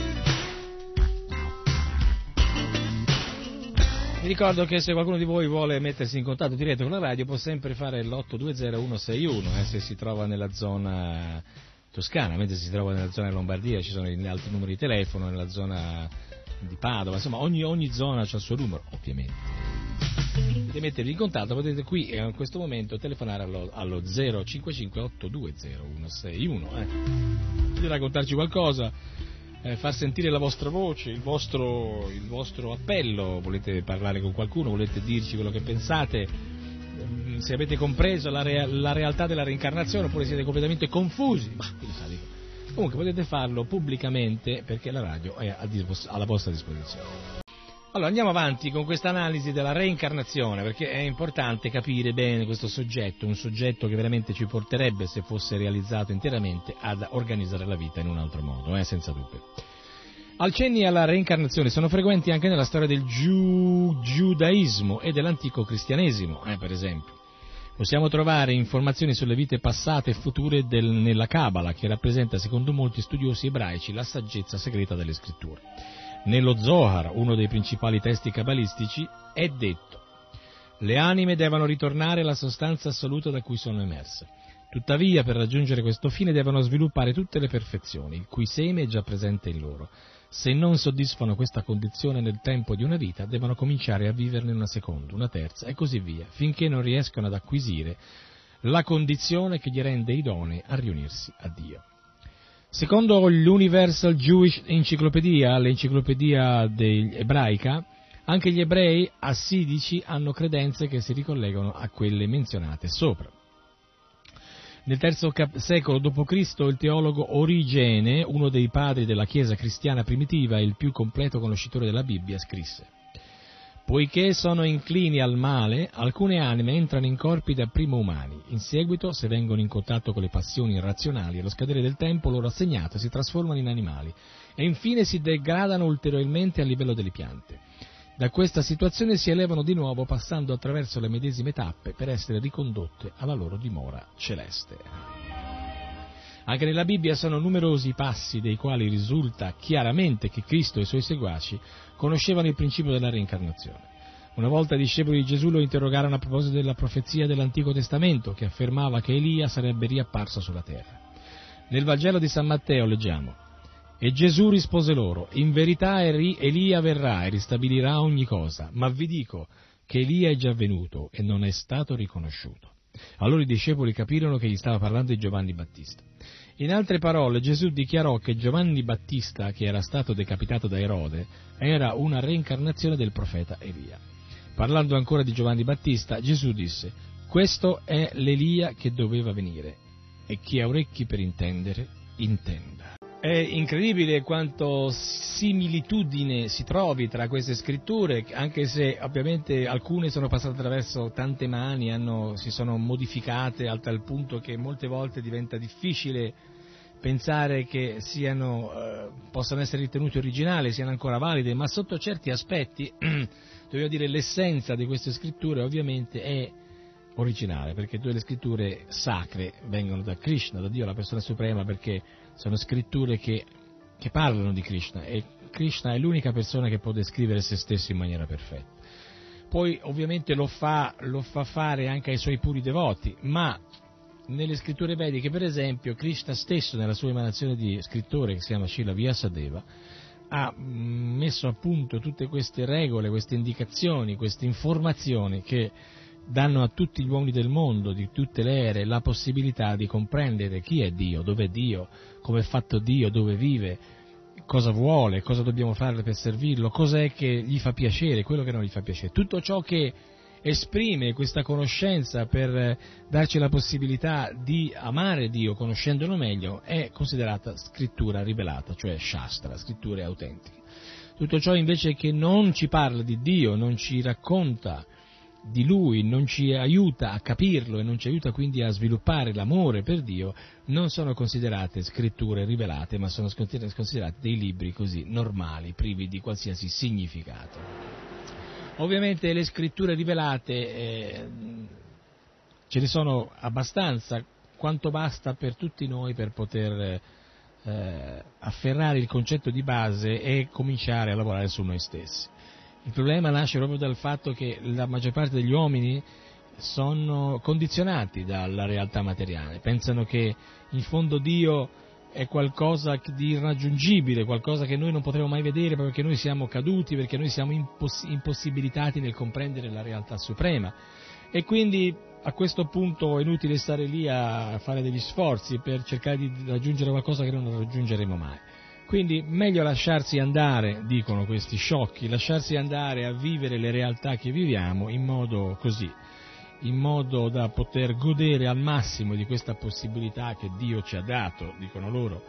Vi ricordo che se qualcuno di voi vuole mettersi in contatto diretto con la radio può sempre fare l'820-161 se si trova nella zona toscana, mentre si trova nella zona Lombardia ci sono gli altri numeri di telefono, nella zona di Padova, insomma ogni zona ha il suo numero, ovviamente. Potete mettervi in contatto, potete qui in questo momento telefonare allo 055-820-161. Potete raccontarci qualcosa, far sentire la vostra voce, il vostro appello, volete parlare con qualcuno, volete dirci quello che pensate, se avete compreso la realtà della reincarnazione oppure siete completamente confusi, ma chi lo sa, dico. Comunque potete farlo pubblicamente perché la radio è alla vostra disposizione. Allora andiamo avanti con questa analisi della reincarnazione, perché è importante capire bene questo soggetto, un soggetto che veramente ci porterebbe, se fosse realizzato interamente, ad organizzare la vita in un altro modo, senza dubbio. Accenni alla reincarnazione sono frequenti anche nella storia del giudaismo e dell'antico cristianesimo, per esempio. Possiamo trovare informazioni sulle vite passate e future nella Kabbalah, che rappresenta, secondo molti studiosi ebraici, la saggezza segreta delle scritture. Nello Zohar, uno dei principali testi cabalistici, è detto: le anime devono ritornare alla sostanza assoluta da cui sono emerse. Tuttavia, per raggiungere questo fine devono sviluppare tutte le perfezioni, il cui seme è già presente in loro. Se non soddisfano questa condizione nel tempo di una vita, devono cominciare a viverne una seconda, una terza e così via, finché non riescano ad acquisire la condizione che gli rende idonei a riunirsi a Dio. Secondo l'Universal Jewish Encyclopedia, l'enciclopedia ebraica, anche gli ebrei assidici hanno credenze che si ricollegano a quelle menzionate sopra. Nel III secolo d.C. il teologo Origene, uno dei padri della Chiesa cristiana primitiva e il più completo conoscitore della Bibbia, scrisse: poiché sono inclini al male, alcune anime entrano in corpi dapprima umani, in seguito, se vengono in contatto con le passioni irrazionali, allo scadere del tempo loro assegnato si trasformano in animali e infine si degradano ulteriormente a livello delle piante. Da questa situazione si elevano di nuovo passando attraverso le medesime tappe per essere ricondotte alla loro dimora celeste. Anche nella Bibbia sono numerosi i passi dei quali risulta chiaramente che Cristo e i suoi seguaci conoscevano il principio della reincarnazione. Una volta i discepoli di Gesù lo interrogarono a proposito della profezia dell'Antico Testamento che affermava che Elia sarebbe riapparso sulla terra. Nel Vangelo di San Matteo leggiamo: e Gesù rispose loro: in verità Elia verrà e ristabilirà ogni cosa, ma vi dico che Elia è già venuto e non è stato riconosciuto. Allora i discepoli capirono che gli stava parlando di Giovanni Battista. In altre parole, Gesù dichiarò che Giovanni Battista, che era stato decapitato da Erode, era una reincarnazione del profeta Elia. Parlando ancora di Giovanni Battista, Gesù disse: questo è l'Elia che doveva venire, e chi ha orecchi per intendere intenda. È incredibile quanto similitudine si trovi tra queste scritture, anche se ovviamente alcune sono passate attraverso tante mani, si sono modificate a tal punto che molte volte diventa difficile pensare che possano essere ritenute originali, siano ancora valide, ma sotto certi aspetti, devo dire, l'essenza di queste scritture ovviamente è originale, perché tutte le scritture sacre vengono da Krishna, da Dio, la persona suprema, perché sono scritture che parlano di Krishna, e Krishna è l'unica persona che può descrivere se stesso in maniera perfetta. Poi ovviamente lo fa fare anche ai suoi puri devoti, ma nelle scritture vediche, per esempio, Krishna stesso nella sua emanazione di scrittore, che si chiama Srila Vyasadeva, ha messo a punto tutte queste regole, queste indicazioni, queste informazioni che danno a tutti gli uomini del mondo, di tutte le ere, la possibilità di comprendere chi è Dio, dove è Dio, come è fatto Dio, dove vive, cosa vuole, cosa dobbiamo fare per servirlo, cosa è che gli fa piacere, quello che non gli fa piacere. Tutto ciò che esprime questa conoscenza per darci la possibilità di amare Dio conoscendolo meglio è considerata scrittura rivelata, cioè Shastra, scritture autentiche. Tutto ciò invece che non ci parla di Dio, non ci racconta di Lui, non ci aiuta a capirlo e non ci aiuta quindi a sviluppare l'amore per Dio, non sono considerate scritture rivelate, ma sono considerate dei libri così normali, privi di qualsiasi significato. Ovviamente le scritture rivelate ce ne sono abbastanza, quanto basta per tutti noi per poter afferrare il concetto di base e cominciare a lavorare su noi stessi. Il problema nasce proprio dal fatto che la maggior parte degli uomini sono condizionati dalla realtà materiale, pensano che in fondo Dio è qualcosa di irraggiungibile, qualcosa che noi non potremo mai vedere perché noi siamo caduti, perché noi siamo impossibilitati nel comprendere la realtà suprema, e quindi a questo punto è inutile stare lì a fare degli sforzi per cercare di raggiungere qualcosa che non raggiungeremo mai. Quindi meglio lasciarsi andare, dicono questi sciocchi, lasciarsi andare a vivere le realtà che viviamo in modo così, in modo da poter godere al massimo di questa possibilità che Dio ci ha dato, dicono loro,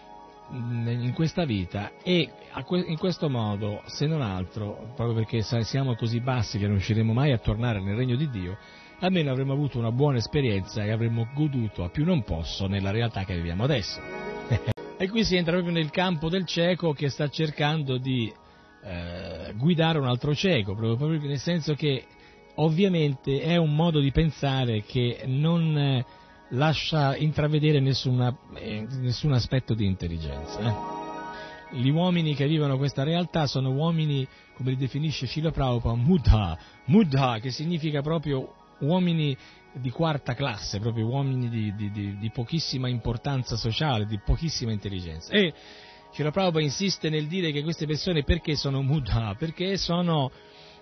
in questa vita, e in questo modo, se non altro, proprio perché siamo così bassi che non riusciremo mai a tornare nel regno di Dio, almeno avremo avuto una buona esperienza e avremo goduto a più non posso nella realtà che viviamo adesso. E qui si entra proprio nel campo del cieco che sta cercando di guidare un altro cieco, proprio nel senso che ovviamente è un modo di pensare che non lascia intravedere nessun aspetto di intelligenza. Gli uomini che vivono questa realtà sono uomini, come li definisce Srila Prabhupada, Muddha, che significa proprio uomini di quarta classe, proprio uomini di pochissima importanza sociale, di pochissima intelligenza. E Srila Prabhupada insiste nel dire che queste persone perché sono Muddha? Perché sono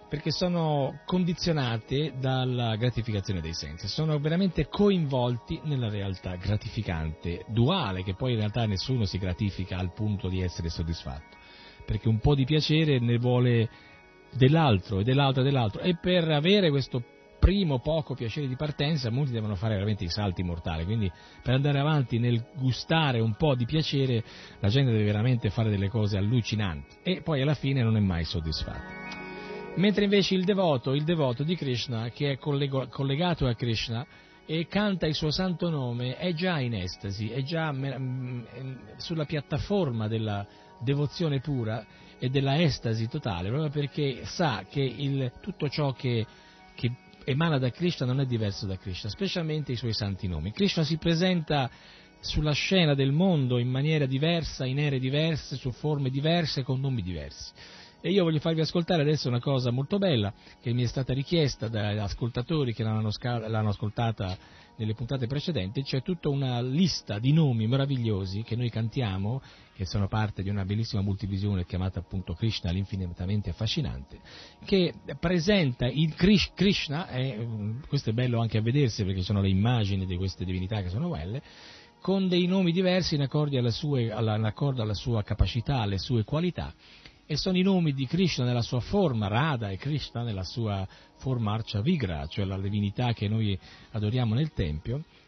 condizionate dalla gratificazione dei sensi, sono veramente coinvolti nella realtà gratificante, duale, che poi in realtà nessuno si gratifica al punto di essere soddisfatto, perché un po' di piacere ne vuole dell'altro, e per avere questo primo poco piacere di partenza molti devono fare veramente i salti mortali, quindi per andare avanti nel gustare un po' di piacere la gente deve veramente fare delle cose allucinanti e poi alla fine non è mai soddisfatto. Mentre invece il devoto di Krishna, che è collegato a Krishna e canta il suo santo nome, è già in estasi, è già sulla piattaforma della devozione pura e della estasi totale, proprio perché sa che tutto ciò che emana da Krishna non è diverso da Krishna, specialmente i suoi santi nomi. Krishna si presenta sulla scena del mondo in maniera diversa, in ere diverse, su forme diverse, con nomi diversi. E io voglio farvi ascoltare adesso una cosa molto bella che mi è stata richiesta dagli ascoltatori che l'hanno ascoltata nelle puntate precedenti, cioè tutta una lista di nomi meravigliosi che noi cantiamo, che sono parte di una bellissima multivisione chiamata appunto Krishna, l'infinitamente affascinante, che presenta il Krishna, questo è bello anche a vedersi perché sono le immagini di queste divinità che sono belle, con dei nomi diversi in accordo alla sua capacità, alle sue qualità. E sono i nomi di Krishna nella sua forma Radha e Krishna nella sua forma Archa Vigraha, cioè la divinità che noi adoriamo nel Tempio,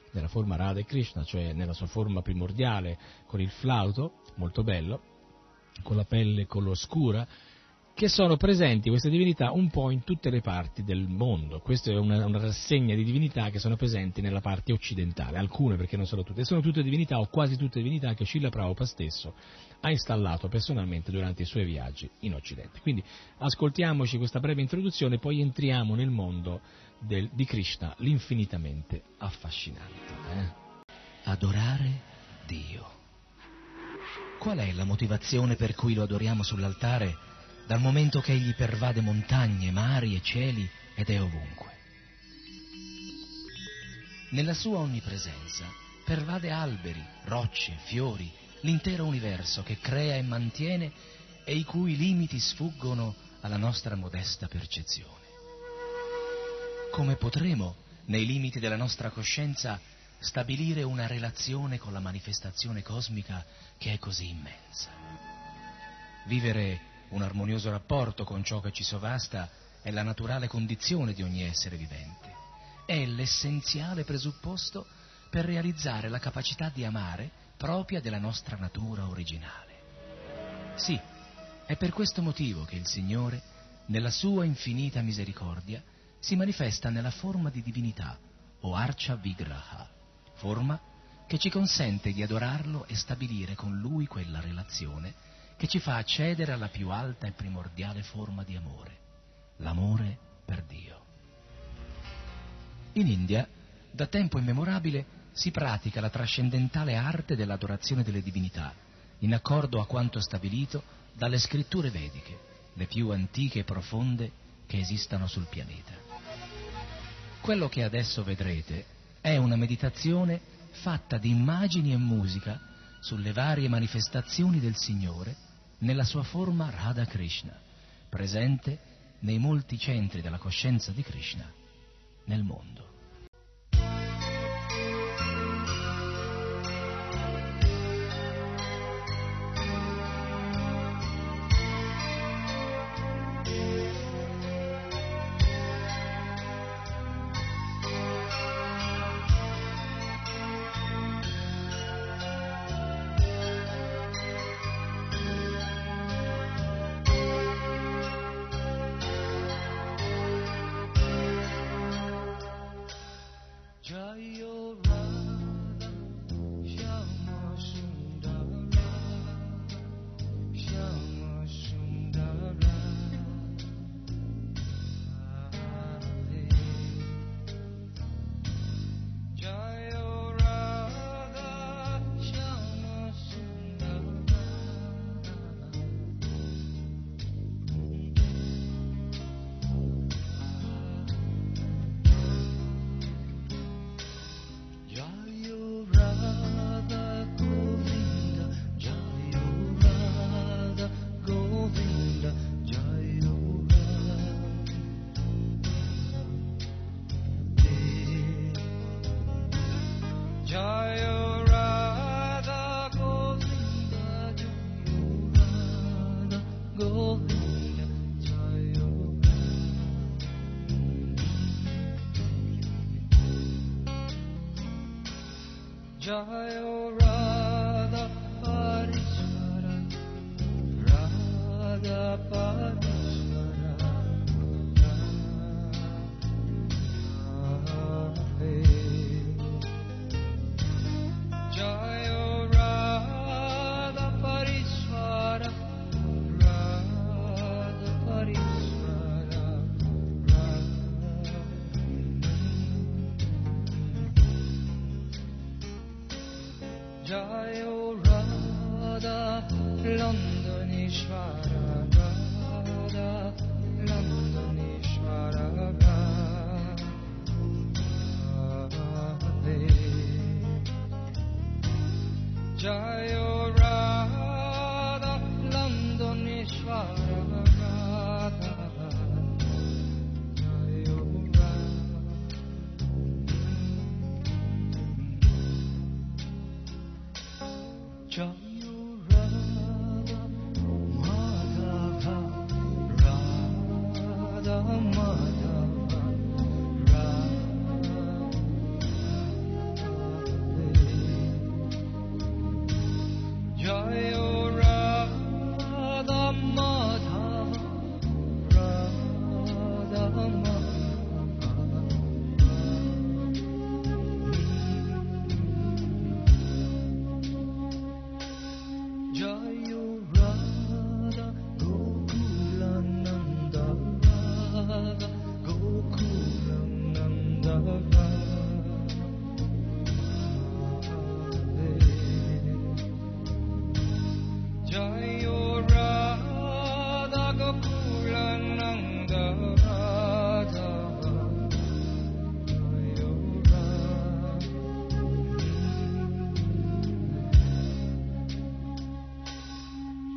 nella forma Radha e Krishna, cioè nella sua forma primordiale, con il flauto, molto bello, con la pelle color scura, che sono presenti queste divinità un po' in tutte le parti del mondo. Questa è una rassegna di divinità che sono presenti nella parte occidentale, alcune perché non sono tutte, sono tutte divinità o quasi tutte divinità che Srila Prabhupada stesso ha installato personalmente durante i suoi viaggi in Occidente. Quindi ascoltiamoci questa breve introduzione, poi entriamo nel mondo di Krishna, l'infinitamente affascinante. Adorare Dio. Qual è la motivazione per cui lo adoriamo sull'altare, dal momento che egli pervade montagne, mari e cieli ed è ovunque? Nella sua onnipresenza pervade alberi, rocce, fiori, l'intero universo che crea e mantiene e i cui limiti sfuggono alla nostra modesta percezione. Come potremo, nei limiti della nostra coscienza, stabilire una relazione con la manifestazione cosmica che è così immensa? Vivere un armonioso rapporto con ciò che ci sovasta è la naturale condizione di ogni essere vivente. È l'essenziale presupposto per realizzare la capacità di amare propria della nostra natura originale. Sì, è per questo motivo che il Signore, nella sua infinita misericordia, si manifesta nella forma di divinità, o Archa Vigraha, forma che ci consente di adorarlo e stabilire con lui quella relazione che ci fa accedere alla più alta e primordiale forma di amore, l'amore per Dio. In India, da tempo immemorabile, si pratica la trascendentale arte dell'adorazione delle divinità, in accordo a quanto stabilito dalle scritture vediche, le più antiche e profonde che esistano sul pianeta. Quello che adesso vedrete è una meditazione fatta di immagini e musica sulle varie manifestazioni del Signore nella sua forma Radha Krishna, presente nei molti centri della coscienza di Krishna nel mondo. Jayo Radha Parishvara, Radha Parishvara, Radhe. Jayo Radha Parishvara, Radha Parishvara, Radhe. Jayo Radha Londonishvara, Radha Londonishvara, Radhe. Jayo Radha Londonishvara, Radha. Jayo Jayo Radha Madhava, Radha Madhava, Radha.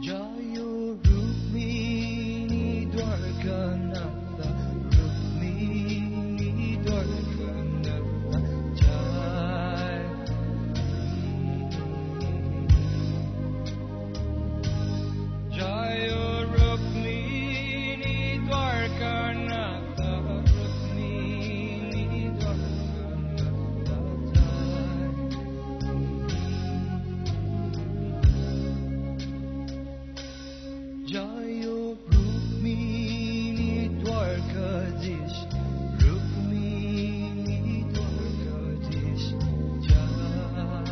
Jayo Rukmini Dwarkanatha, Rukmini Dwarkanatha, Jai. Jayo Rukmini Dwarkanatha, Rukmini Dwarkanatha, Jai. Jayo Rukmini Dwarkadish, Rukmini Dwarkadish, Jai.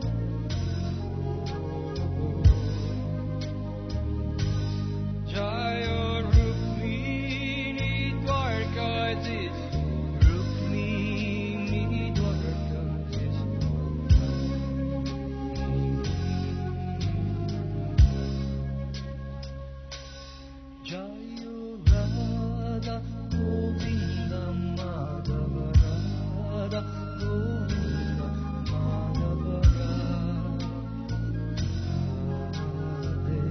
Jayo Rukmini Dwarkadish, Rukmini Dwarkadish, Jayo Radha Govinda Madhava Radha Govinda Madhava Radhe.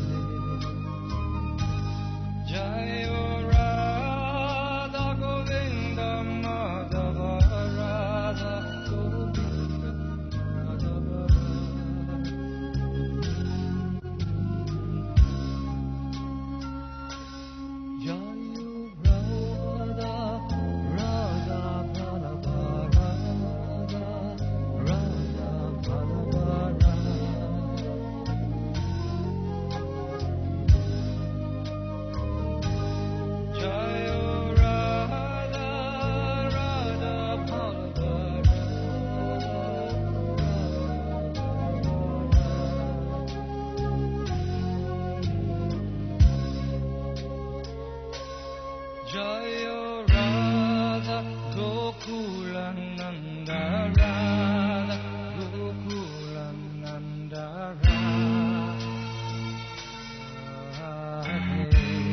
Jayo Radha Govinda Madhava Radha Govinda Madhava Jayo Radha Radha Bhalava Radha Radha Bhalava Jayo Radha Radha Bhalava Jayo Radha Gokulananda Radha Gokulananda Radhe.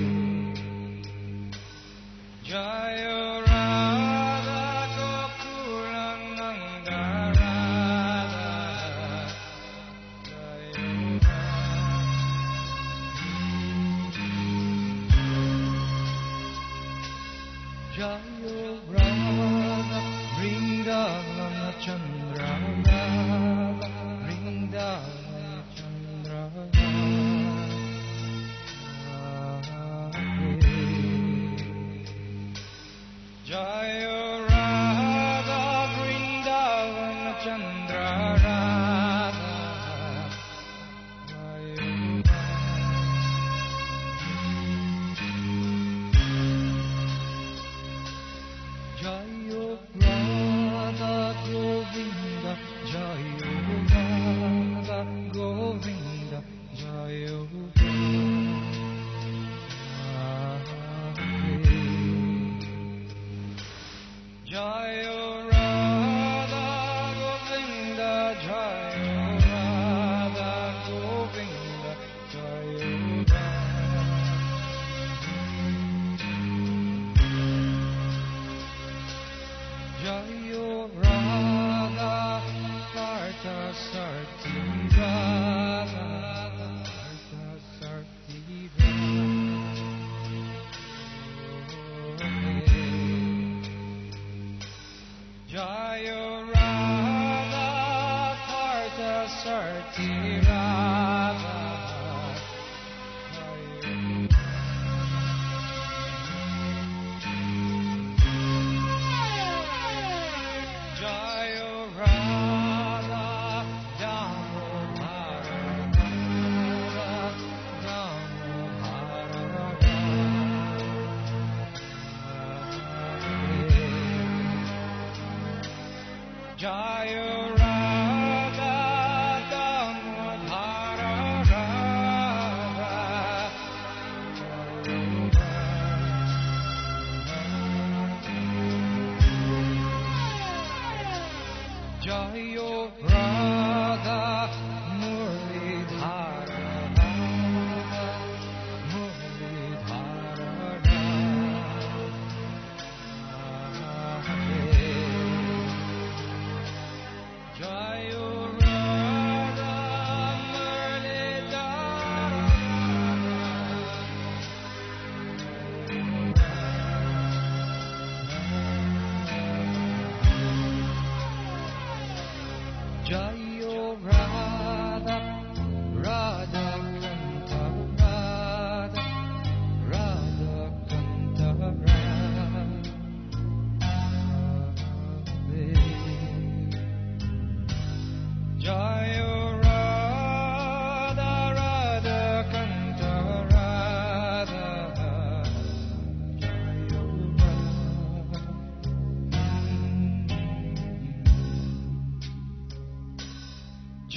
Jayo Radha Gokulananda Radha Jayo Jayo Radha Vrindavana Chandra Radha Vrindavana Chandra Radhe. Jayo Radha Vrindavana Chandra Radha Jayo Jayo Radha Govinda Jayo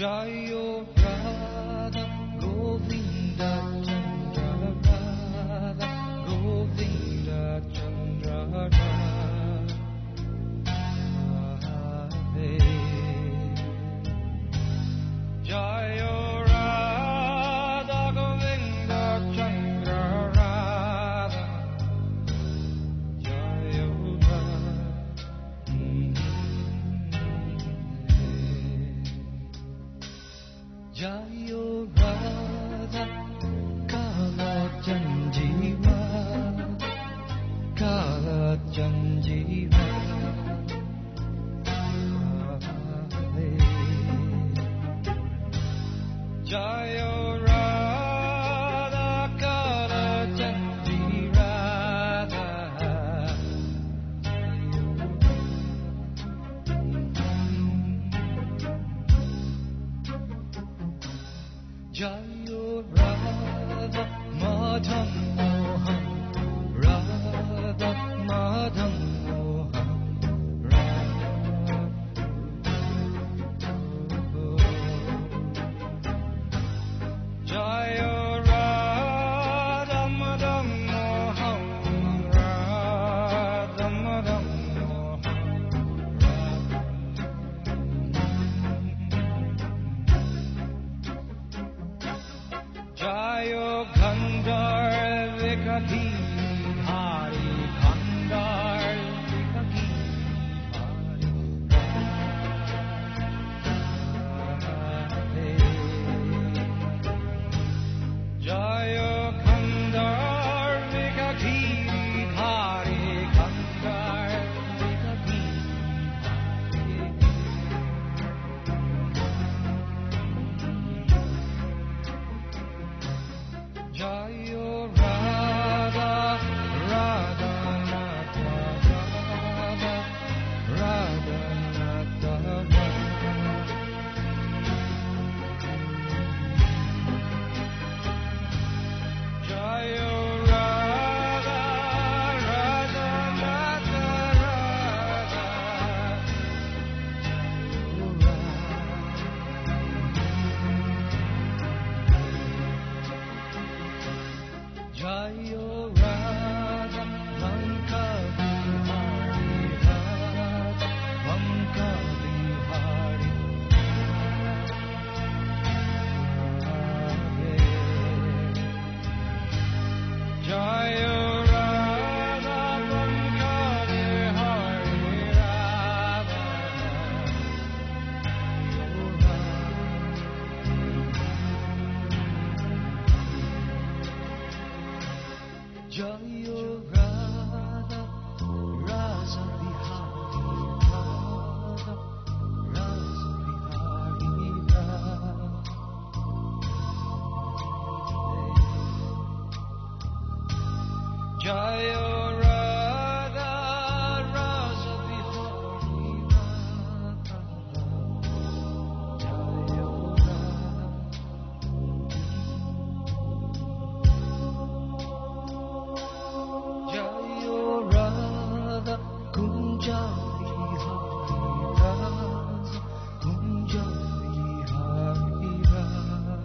Jayo Radha Govinda Chandra Radha Govinda Chandra Radha Jayo Radha Govinda Chandra Radha Jayo Radha Jayo Radha Kala Janjiva Kala Janjiva Jayo Radha Kala Janjiva Jayo Radha Madhan Mohan Radha Madhan Mohan Jayo Radha Madhan Mohan Radha Madhan Jayo Gandharvika Dhari Gandharvika Dhari Jayo Gandharvika Dhari Gandharvika Jayo Radha Radha Nata Radha Radha Nata Jayo Radha Radha Nata Radha Jayo Radha Vanka Vihari Radha Vanka Vihari Jayo Radha Vanka Vihari Radha Jayo Radha Rasa Vihari Radha Rasa Vihari Radha Jayo Radha Rasa Vihari Radha Jayo Jayo Radha Kunja Vihari Radha Kunja Vihari Radha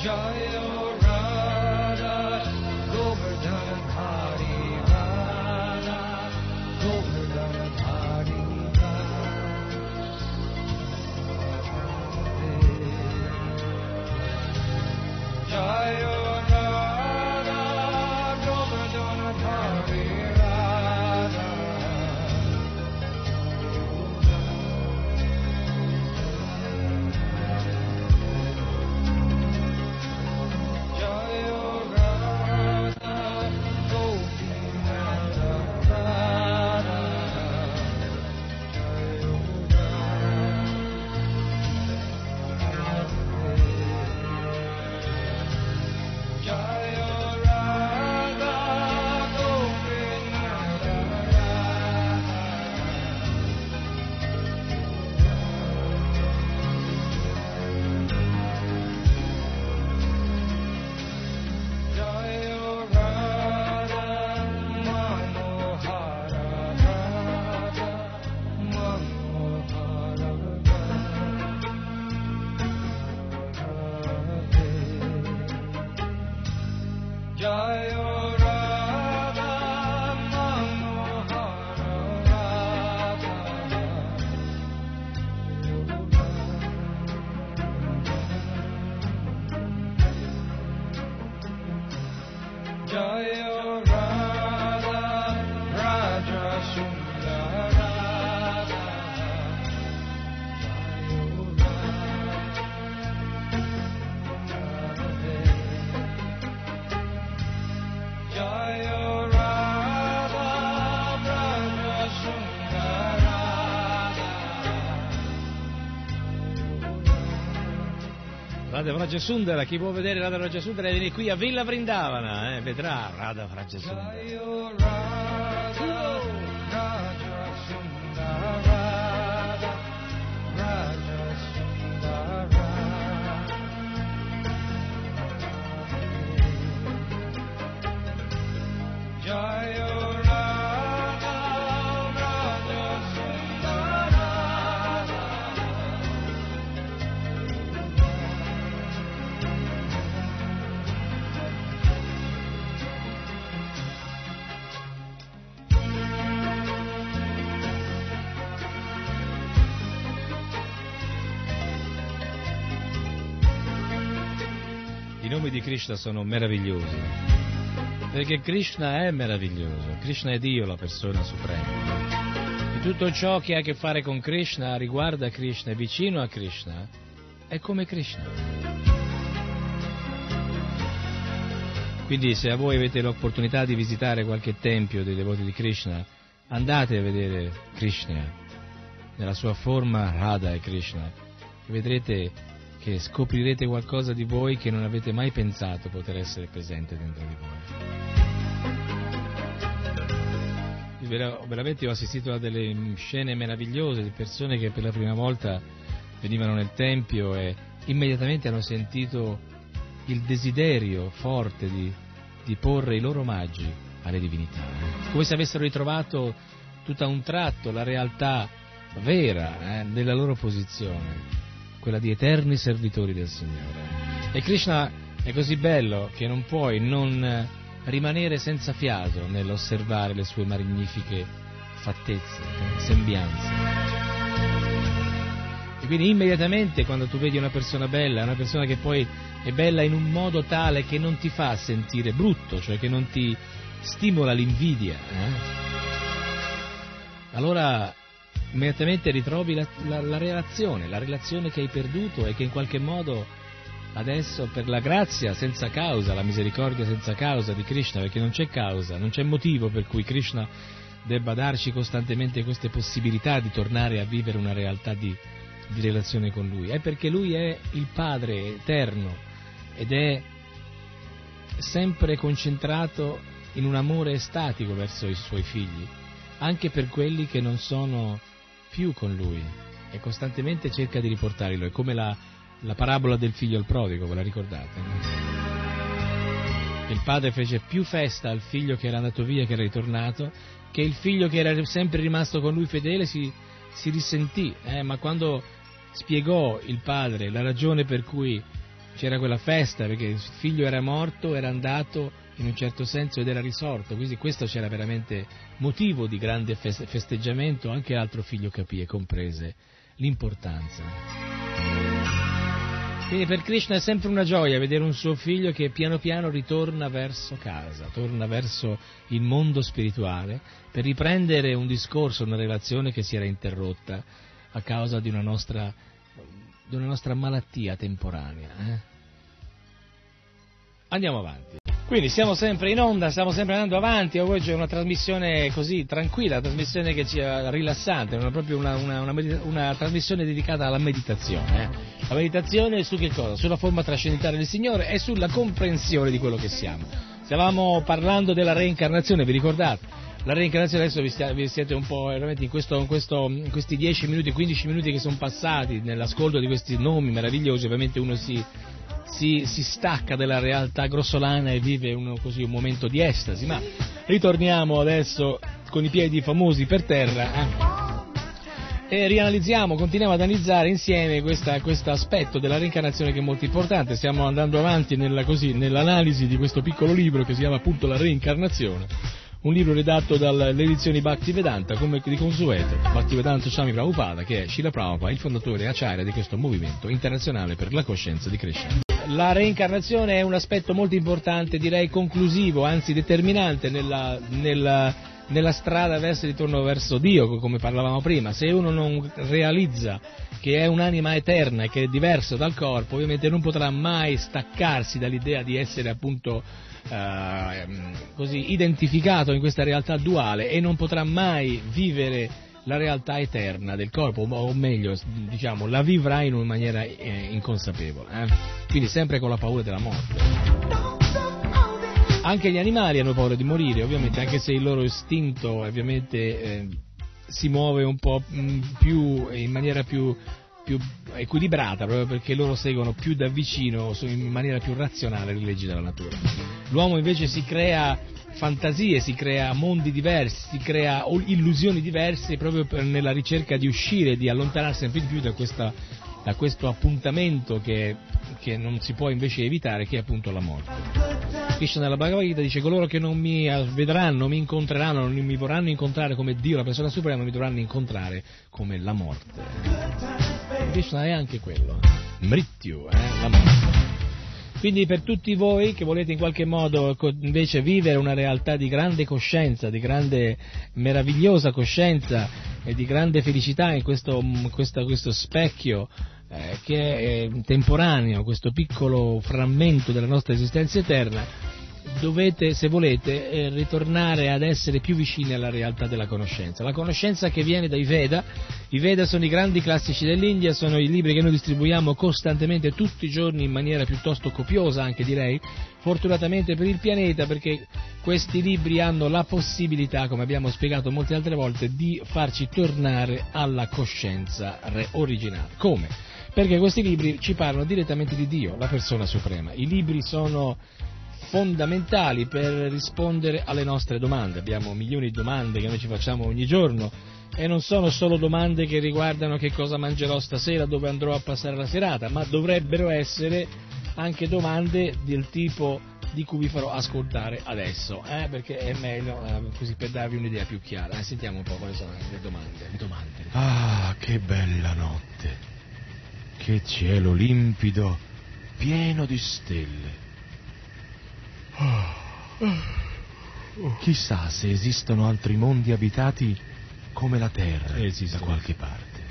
Radha Vrajasundara, chi vuole vedere Radha Vrajasundara deve venire qui a Villa Vrindavana, vedrà Radha Vrajasundara. I nomi di Krishna sono meravigliosi, perché Krishna è meraviglioso, Krishna è Dio, la persona suprema. E tutto ciò che ha a che fare con Krishna, riguarda Krishna, è vicino a Krishna, è come Krishna. Quindi se a voi avete l'opportunità di visitare qualche tempio dei devoti di Krishna, andate a vedere Krishna nella sua forma Radha e Krishna, e vedrete che scoprirete qualcosa di voi che non avete mai pensato poter essere presente dentro di voi. Veramente ho assistito a delle scene meravigliose di persone che per la prima volta venivano nel tempio e immediatamente hanno sentito il desiderio forte di porre i loro omaggi alle divinità, come se avessero ritrovato tutto a un tratto la realtà vera della loro posizione, quella di eterni servitori del Signore. E Krishna è così bello che non puoi non rimanere senza fiato nell'osservare le sue magnifiche fattezze, sembianze. E quindi immediatamente quando tu vedi una persona bella, una persona che poi è bella in un modo tale che non ti fa sentire brutto, cioè che non ti stimola l'invidia, allora immediatamente ritrovi la relazione che hai perduto e che in qualche modo adesso, per la grazia senza causa, la misericordia senza causa di Krishna, perché non c'è causa, non c'è motivo per cui Krishna debba darci costantemente queste possibilità di tornare a vivere una realtà di relazione con Lui, è perché Lui è il Padre eterno ed è sempre concentrato in un amore estatico verso i Suoi figli, anche per quelli che non sono più con Lui, e costantemente cerca di riportarli. È come la parabola del figlio al prodigo, ve la ricordate? Il padre fece più festa al figlio che era andato via, che era ritornato, che il figlio che era sempre rimasto con lui fedele si risentì, ma quando spiegò il padre la ragione per cui c'era quella festa perché il figlio era morto, era andato in un certo senso ed era risorto, quindi questo c'era veramente motivo di grande festeggiamento, anche l'altro figlio capì e comprese l'importanza. Quindi per Krishna è sempre una gioia vedere un suo figlio che piano piano ritorna verso casa, torna verso il mondo spirituale per riprendere un discorso, una relazione che si era interrotta a causa di una nostra malattia temporanea. Andiamo avanti. Quindi siamo sempre in onda, stiamo sempre andando avanti, oggi è una trasmissione così tranquilla, una trasmissione che ci è rilassante, proprio una trasmissione dedicata alla meditazione. La meditazione su che cosa? Sulla forma trascendentale del Signore e sulla comprensione di quello che siamo. Stavamo parlando della reincarnazione, vi ricordate? La reincarnazione, adesso vi siete un po' veramente in questi 10 minuti, 15 minuti che sono passati nell'ascolto di questi nomi meravigliosi, ovviamente uno si stacca dalla realtà grossolana e vive un momento di estasi, ma ritorniamo adesso con i piedi famosi per terra e continuiamo ad analizzare insieme questo aspetto della reincarnazione che è molto importante. Stiamo andando avanti nell'analisi di questo piccolo libro che si chiama appunto La reincarnazione, un libro redatto dalle edizioni Bhaktivedanta, come di consueto, Bhaktivedanta Swami Prabhupada, che è Srila Prabhupada, il fondatore e acharya di questo movimento internazionale per la coscienza di Krishna. La reincarnazione è un aspetto molto importante, direi conclusivo, anzi determinante nella strada verso il ritorno verso Dio, come parlavamo prima. Se uno non realizza che è un'anima eterna e che è diverso dal corpo, ovviamente non potrà mai staccarsi dall'idea di essere appunto così identificato in questa realtà duale e non potrà mai vivere la realtà eterna del corpo, o meglio, diciamo, la vivrà in una maniera inconsapevole, quindi sempre con la paura della morte. Anche gli animali hanno paura di morire, ovviamente, anche se il loro istinto ovviamente si muove un po' più in maniera più equilibrata, proprio perché loro seguono più da vicino, in maniera più razionale, le leggi della natura. L'uomo invece si crea fantasie, si crea mondi diversi, si crea illusioni diverse proprio nella ricerca di uscire, di allontanarsi sempre di più da questo appuntamento che non si può invece evitare, che è appunto la morte. Krishna nella Bhagavad Gita dice: coloro che non mi vedranno, mi incontreranno, non mi vorranno incontrare come Dio, la persona suprema, mi dovranno incontrare come la morte. Krishna è anche quello, Mrityu, la morte. Quindi per tutti voi che volete in qualche modo invece vivere una realtà di grande coscienza, di grande meravigliosa coscienza e di grande felicità in questo specchio che è temporaneo, questo piccolo frammento della nostra esistenza eterna, dovete, se volete, ritornare ad essere più vicini alla realtà della conoscenza. La conoscenza che viene dai Veda. I Veda sono i grandi classici dell'India, sono i libri che noi distribuiamo costantemente tutti i giorni in maniera piuttosto copiosa, anche direi, fortunatamente per il pianeta, perché questi libri hanno la possibilità, come abbiamo spiegato molte altre volte, di farci tornare alla coscienza originale. Come? Perché questi libri ci parlano direttamente di Dio, la persona suprema. I libri sono fondamentali per rispondere alle nostre domande. Abbiamo milioni di domande che noi ci facciamo ogni giorno e non sono solo domande che riguardano che cosa mangerò stasera, dove andrò a passare la serata, ma dovrebbero essere anche domande del tipo di cui vi farò ascoltare adesso, perché è meglio così per darvi un'idea più chiara. Sentiamo un po' quali sono le domande. Ah, che bella notte, che cielo limpido, pieno di stelle. Chissà se esistono altri mondi abitati come la Terra da qualche parte.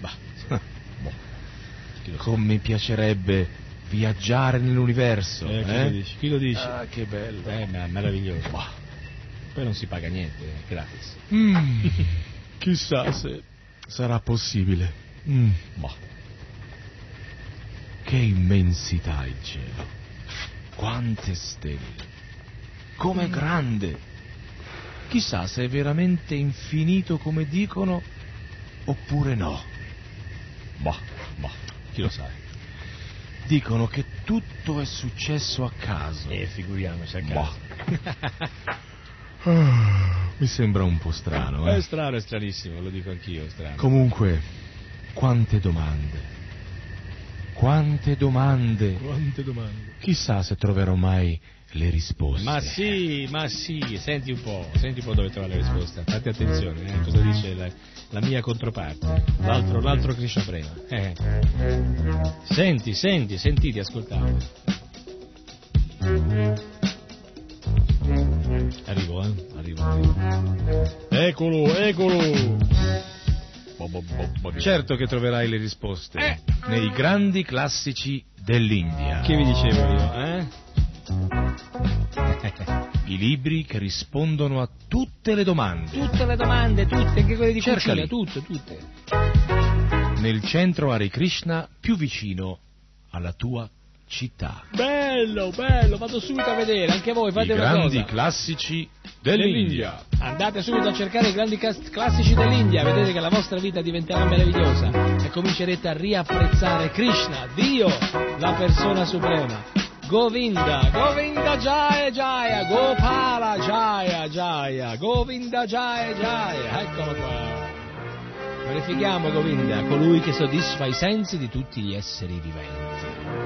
Come mi piacerebbe viaggiare nell'universo. Chi lo dice? Ah, che bello. Meraviglioso. Poi non si paga niente, è gratis. Chissà se sarà possibile. Che immensità il cielo. Quante stelle. Com'è grande! Chissà se è veramente infinito come dicono, oppure no. Chi lo sa? Dicono che tutto è successo a caso. Figuriamoci a caso. Mi sembra un po' strano, È strano, è stranissimo, lo dico anch'io, è strano. Comunque, quante domande. Quante domande! Quante domande! Chissà se troverò mai le risposte. Ma sì, senti un po' dove trovare le risposte. Fate attenzione, cosa dice la mia controparte, l'altro Krishna Prema. Sentite, ascoltate. Arrivo. Eccolo. Certo che troverai le risposte nei grandi classici dell'India. Che vi dicevo io, I libri che rispondono a tutte le domande. Tutte le domande, anche quelle di Cercali. cucina, tutte. Nel centro Hare Krishna più vicino alla tua città. Bello, vado subito a vedere, anche voi fate una cosa. I grandi classici dell'India. Andate subito a cercare i grandi classici dell'India, vedete che la vostra vita diventerà meravigliosa e comincerete a riapprezzare Krishna, Dio, la persona suprema. Govinda Jaya, Gopala Jaya, Govinda Jaya, eccolo qua. Verifichiamo Govinda, colui che soddisfa i sensi di tutti gli esseri viventi.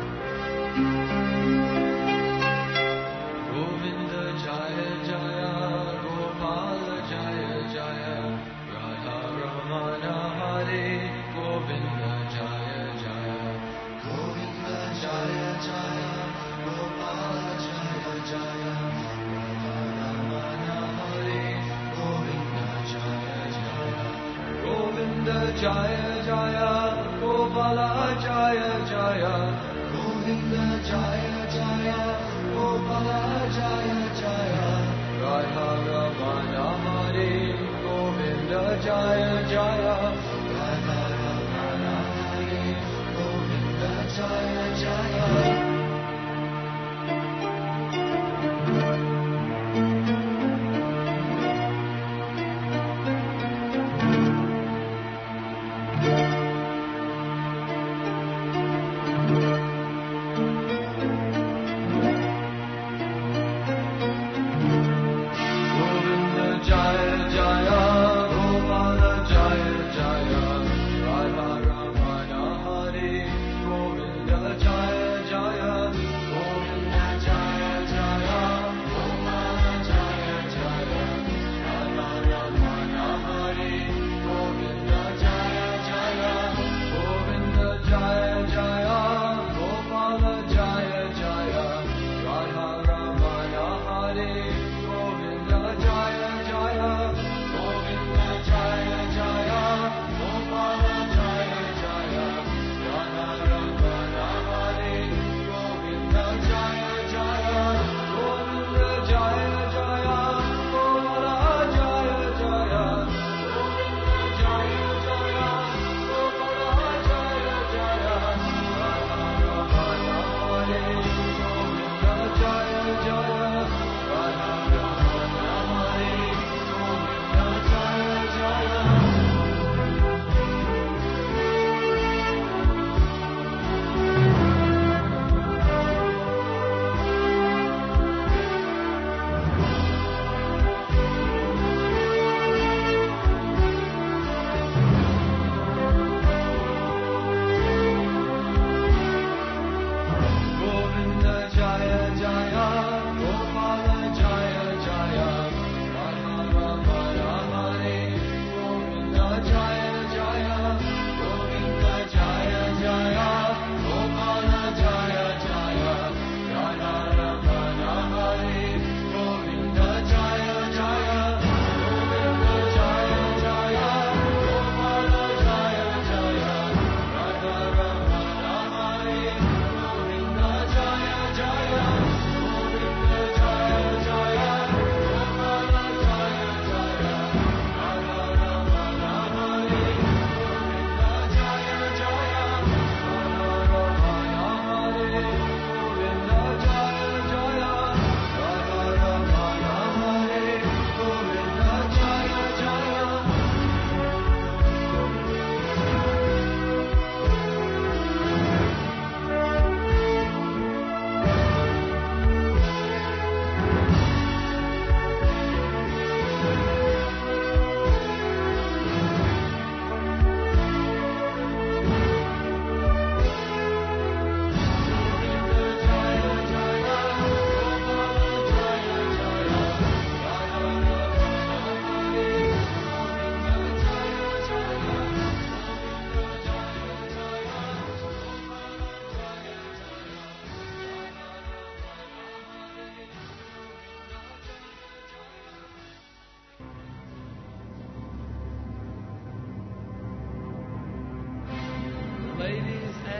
Govinda Jaya Jaya, Gopala Jaya Jaya, Radha Ramana Hare, Govinda Jaya Jaya, Govinda Jaya Jaya, Gopala Jaya Jaya, Radha Ramana Hare, Govinda Jaya Jaya, Govinda Jaya Jaya, Gopala Jaya Jaya, Govinda Jaya Jaya, Gopala Jaya Jaya, Radha Ramana Hare, Govinda Jaya Jaya, Radha Ramana Hare, Govinda Jaya Jaya. Jaya Jaya, Gopala Jaya Jaya,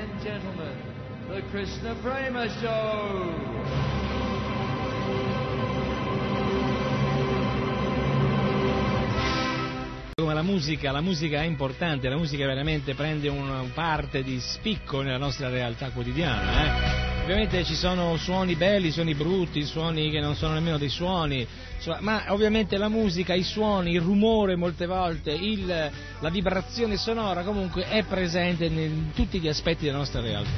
and gentlemen, the Krishna Prema Show! Come la musica è importante, la musica veramente prende una parte di spicco nella nostra realtà quotidiana. Ovviamente ci sono suoni belli, suoni brutti, suoni che non sono nemmeno dei suoni, ma ovviamente la musica, i suoni, il rumore molte volte, la vibrazione sonora comunque è presente in tutti gli aspetti della nostra realtà.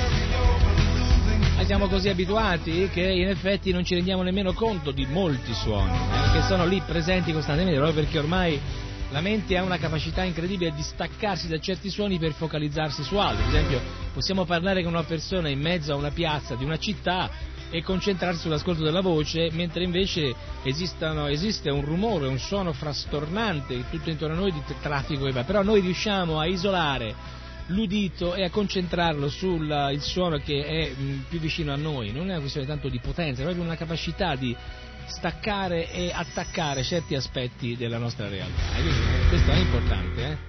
Siamo così abituati che in effetti non ci rendiamo nemmeno conto di molti suoni, che sono lì presenti costantemente, proprio perché ormai la mente ha una capacità incredibile di staccarsi da certi suoni per focalizzarsi su altri. Ad esempio, possiamo parlare con una persona in mezzo a una piazza di una città e concentrarsi sull'ascolto della voce, mentre invece esiste un rumore, un suono frastornante tutto intorno a noi di traffico, però noi riusciamo a isolare l'udito e a concentrarlo sul suono che è più vicino a noi. Non è una questione tanto di potenza, è proprio una capacità di staccare e attaccare certi aspetti della nostra realtà. E quindi questo è importante,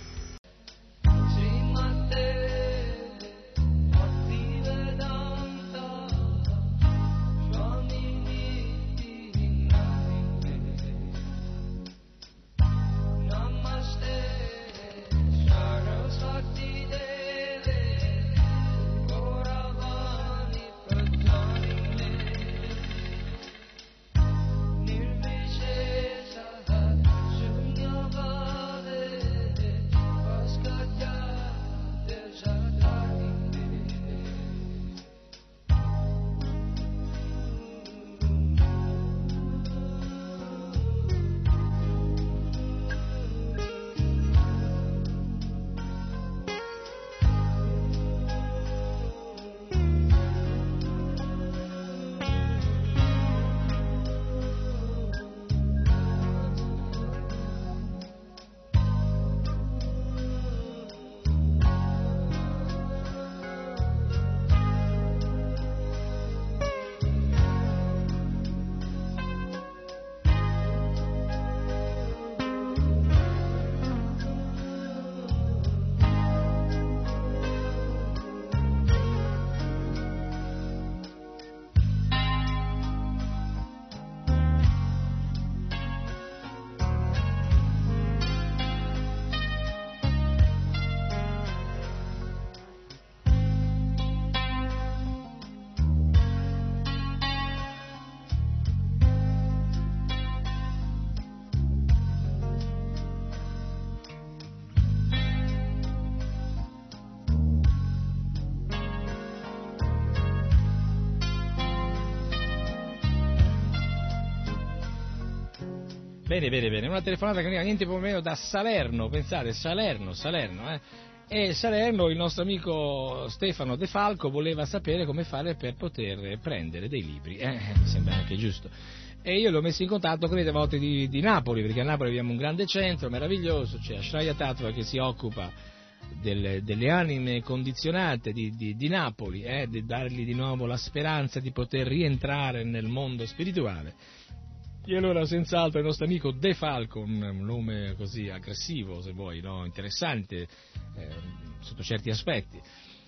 Bene, una telefonata che arriva niente po' meno da Salerno, pensate, Salerno, E Salerno, il nostro amico Stefano De Falco voleva sapere come fare per poter prendere dei libri, mi sembra anche giusto. E io l'ho messo in contatto con i devoti di Napoli, perché a Napoli abbiamo un grande centro meraviglioso, c'è Ashraya Tattva che si occupa delle anime condizionate di Napoli, di dargli di nuovo la speranza di poter rientrare nel mondo spirituale. E allora senz'altro il nostro amico De Falco, un nome così aggressivo se vuoi, no? Interessante sotto certi aspetti,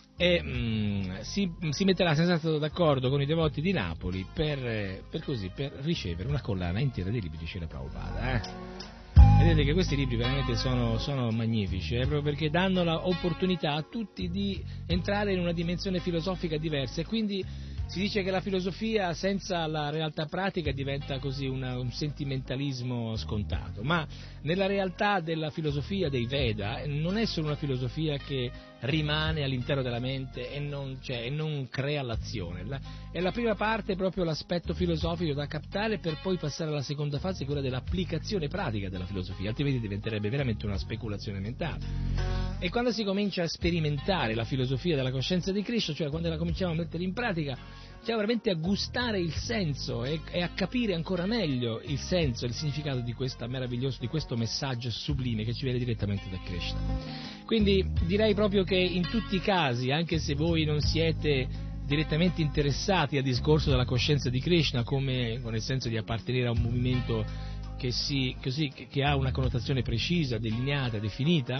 e si metterà senz'altro d'accordo con i devoti di Napoli per ricevere una collana intera dei libri di Srila Prabhupada. Vedete che questi libri veramente sono magnifici, proprio perché danno l'opportunità a tutti di entrare in una dimensione filosofica diversa, e quindi si dice che la filosofia senza la realtà pratica diventa così un sentimentalismo scontato, ma nella realtà della filosofia dei Veda non è solo una filosofia che rimane all'interno della mente e non crea l'azione. È la prima parte proprio l'aspetto filosofico da captare, per poi passare alla seconda fase, quella dell'applicazione pratica della filosofia, altrimenti diventerebbe veramente una speculazione mentale. E quando si comincia a sperimentare la filosofia della coscienza di Krishna, cioè quando la cominciamo a mettere in pratica, cioè veramente a gustare il senso e a capire ancora meglio il senso e il significato di questo messaggio sublime che ci viene direttamente da Krishna. Quindi direi proprio che in tutti i casi, anche se voi non siete direttamente interessati al discorso della coscienza di Krishna, come nel senso di appartenere a un movimento che ha una connotazione precisa, delineata, definita,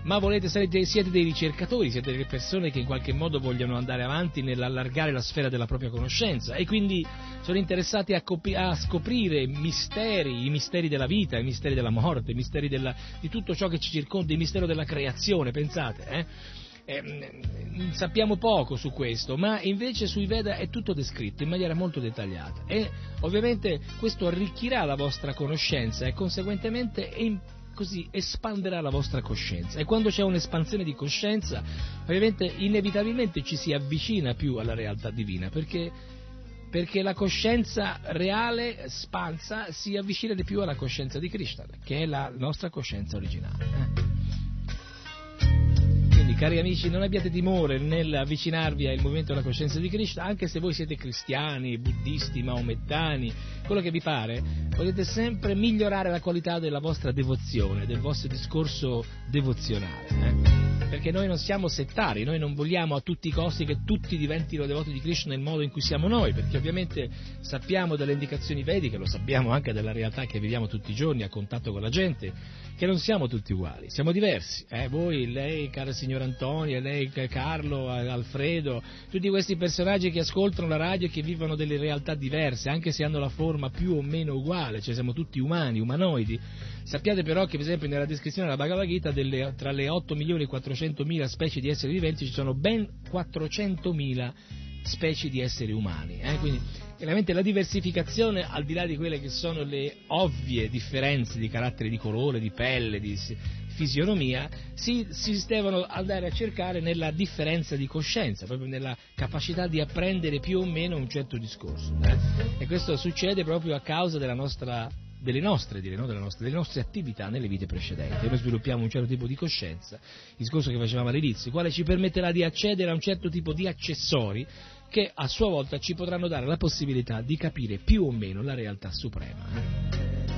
ma siete dei ricercatori, siete delle persone che in qualche modo vogliono andare avanti nell'allargare la sfera della propria conoscenza e quindi sono interessati a scoprire i misteri della vita, i misteri della morte, i misteri di tutto ciò che ci circonda, il mistero della creazione, pensate, sappiamo poco su questo, ma invece sui Veda è tutto descritto in maniera molto dettagliata e ovviamente questo arricchirà la vostra conoscenza e conseguentemente così espanderà la vostra coscienza, e quando c'è un'espansione di coscienza ovviamente inevitabilmente ci si avvicina più alla realtà divina, perché la coscienza reale espansa si avvicina di più alla coscienza di Krishna, che è la nostra coscienza originale. Quindi, cari amici, non abbiate timore nell'avvicinarvi al movimento della coscienza di Krishna, anche se voi siete cristiani, buddisti, maomettani, quello che vi pare, potete sempre migliorare la qualità della vostra devozione, del vostro discorso devozionale, perché noi non siamo settari, noi non vogliamo a tutti i costi che tutti diventino devoti di Krishna nel modo in cui siamo noi, perché ovviamente sappiamo dalle indicazioni vediche, lo sappiamo anche dalla realtà che viviamo tutti i giorni a contatto con la gente, che non siamo tutti uguali, siamo diversi, voi, lei, cara signora Antonia, lei, Carlo, Alfredo, tutti questi personaggi che ascoltano la radio e che vivono delle realtà diverse, anche se hanno la forma più o meno uguale, cioè siamo tutti umani, umanoidi. Sappiate però che, per esempio, nella descrizione della Bhagavad Gita, tra le 8.400.000 specie di esseri viventi ci sono ben 400.000 specie di esseri umani, quindi chiaramente la diversificazione, al di là di quelle che sono le ovvie differenze di carattere, di colore, di pelle, di fisionomia, si devono andare a cercare nella differenza di coscienza, proprio nella capacità di apprendere più o meno un certo discorso, e questo succede proprio a causa delle nostre attività nelle vite precedenti. Noi sviluppiamo un certo tipo di coscienza, il discorso che facevamo all'inizio, il quale ci permetterà di accedere a un certo tipo di accessori che a sua volta ci potranno dare la possibilità di capire più o meno la realtà suprema.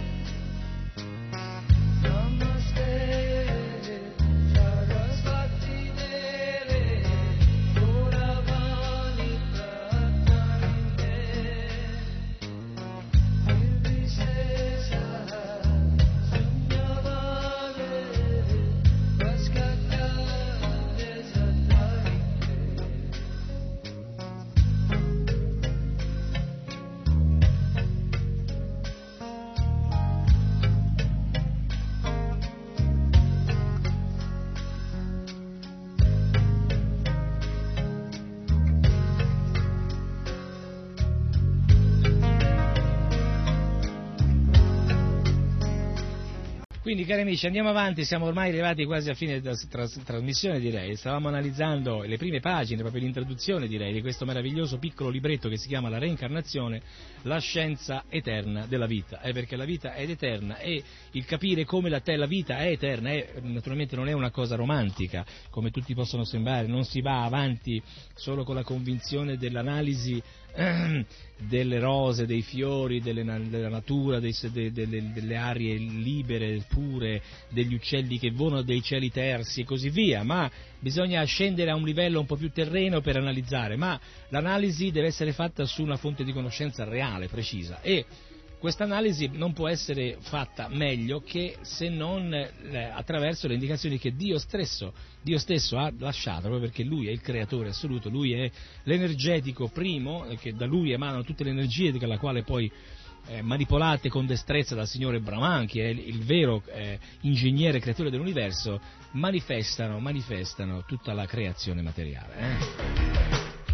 Quindi, cari amici, andiamo avanti, siamo ormai arrivati quasi a fine della trasmissione, direi. Stavamo analizzando le prime pagine, proprio l'introduzione, direi, di questo meraviglioso piccolo libretto che si chiama La reincarnazione, la scienza eterna della vita, perché la vita è eterna e il capire come la vita è eterna naturalmente non è una cosa romantica, come tutti possono sembrare, non si va avanti solo con la convinzione dell'analisi delle rose, dei fiori, della natura, delle arie libere, pure, degli uccelli che volano, dei cieli tersi e così via, ma bisogna scendere a un livello un po' più terreno per analizzare, ma l'analisi deve essere fatta su una fonte di conoscenza reale, precisa, e questa analisi non può essere fatta meglio che se non attraverso le indicazioni che Dio stesso ha lasciato, proprio perché Lui è il creatore assoluto, Lui è l'energetico primo, che da Lui emanano tutte le energie della quale poi manipolate con destrezza dal Signore Brahman, che è il vero ingegnere creatore dell'universo, manifestano tutta la creazione materiale.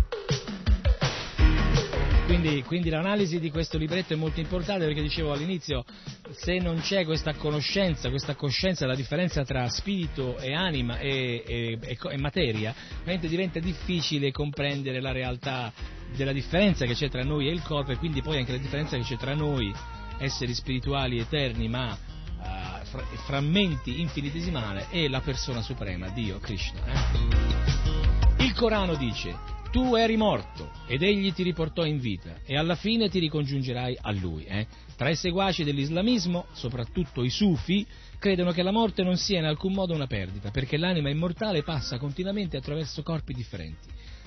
Quindi l'analisi di questo libretto è molto importante, perché dicevo all'inizio, se non c'è questa conoscenza, questa coscienza della differenza tra spirito e anima e materia, veramente diventa difficile comprendere la realtà della differenza che c'è tra noi e il corpo, e quindi poi anche la differenza che c'è tra noi, esseri spirituali eterni ma frammenti infinitesimali, e la persona suprema, Dio, Krishna. Il Corano dice: tu eri morto ed egli ti riportò in vita e alla fine ti ricongiungerai a lui. Tra i seguaci dell'islamismo, soprattutto i sufi, credono che la morte non sia in alcun modo una perdita, perché l'anima immortale passa continuamente attraverso corpi differenti.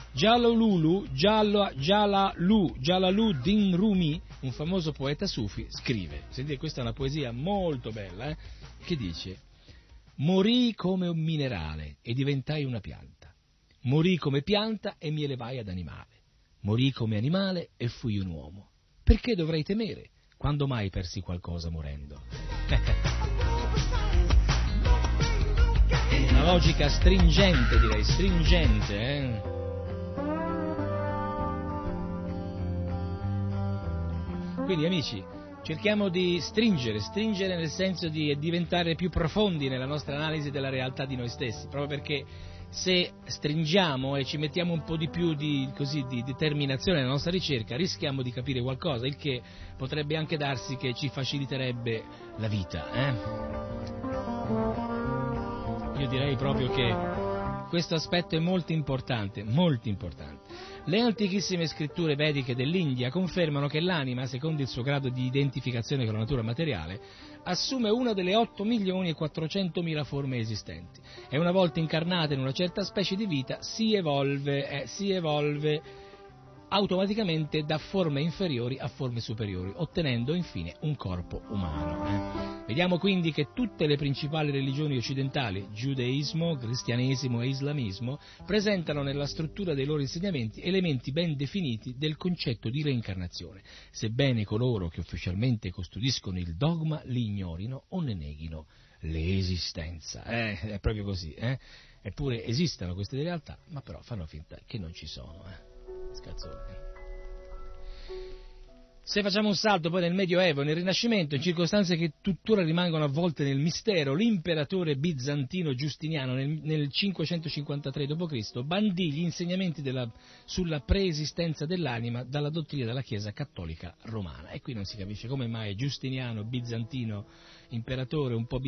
Jalaluddin Rumi, un famoso poeta sufi, scrive, sentite, questa è una poesia molto bella, che dice: Morii come un minerale e diventai una pianta. Morii come pianta e mi elevai ad animale. Morii come animale e fui un uomo. Perché dovrei temere? Quando mai persi qualcosa morendo? Una logica stringente, direi, stringente, Quindi, amici, cerchiamo di stringere nel senso di diventare più profondi nella nostra analisi della realtà di noi stessi, proprio perché se stringiamo e ci mettiamo un po' di più di determinazione nella nostra ricerca, rischiamo di capire qualcosa, il che potrebbe anche darsi che ci faciliterebbe la vita, Io direi proprio che questo aspetto è molto importante, molto importante. Le antichissime scritture vediche dell'India confermano che l'anima, secondo il suo grado di identificazione con la natura materiale, assume una delle 8.400.000 forme esistenti e una volta incarnata in una certa specie di vita si evolve automaticamente da forme inferiori a forme superiori, ottenendo infine un corpo umano. Vediamo quindi che tutte le principali religioni occidentali, giudaismo, cristianesimo e islamismo, presentano nella struttura dei loro insegnamenti elementi ben definiti del concetto di reincarnazione, sebbene coloro che ufficialmente custodiscono il dogma li ignorino o ne neghino l'esistenza. È proprio così, Eppure esistono queste realtà, ma però fanno finta che non ci sono, Scazzone. Se facciamo un salto poi nel Medioevo e nel Rinascimento, in circostanze che tuttora rimangono avvolte nel mistero, l'imperatore bizantino Giustiniano nel 553 d.C. bandì gli insegnamenti sulla preesistenza dell'anima dalla dottrina della Chiesa cattolica romana. E qui non si capisce come mai Giustiniano, bizantino, imperatore un po'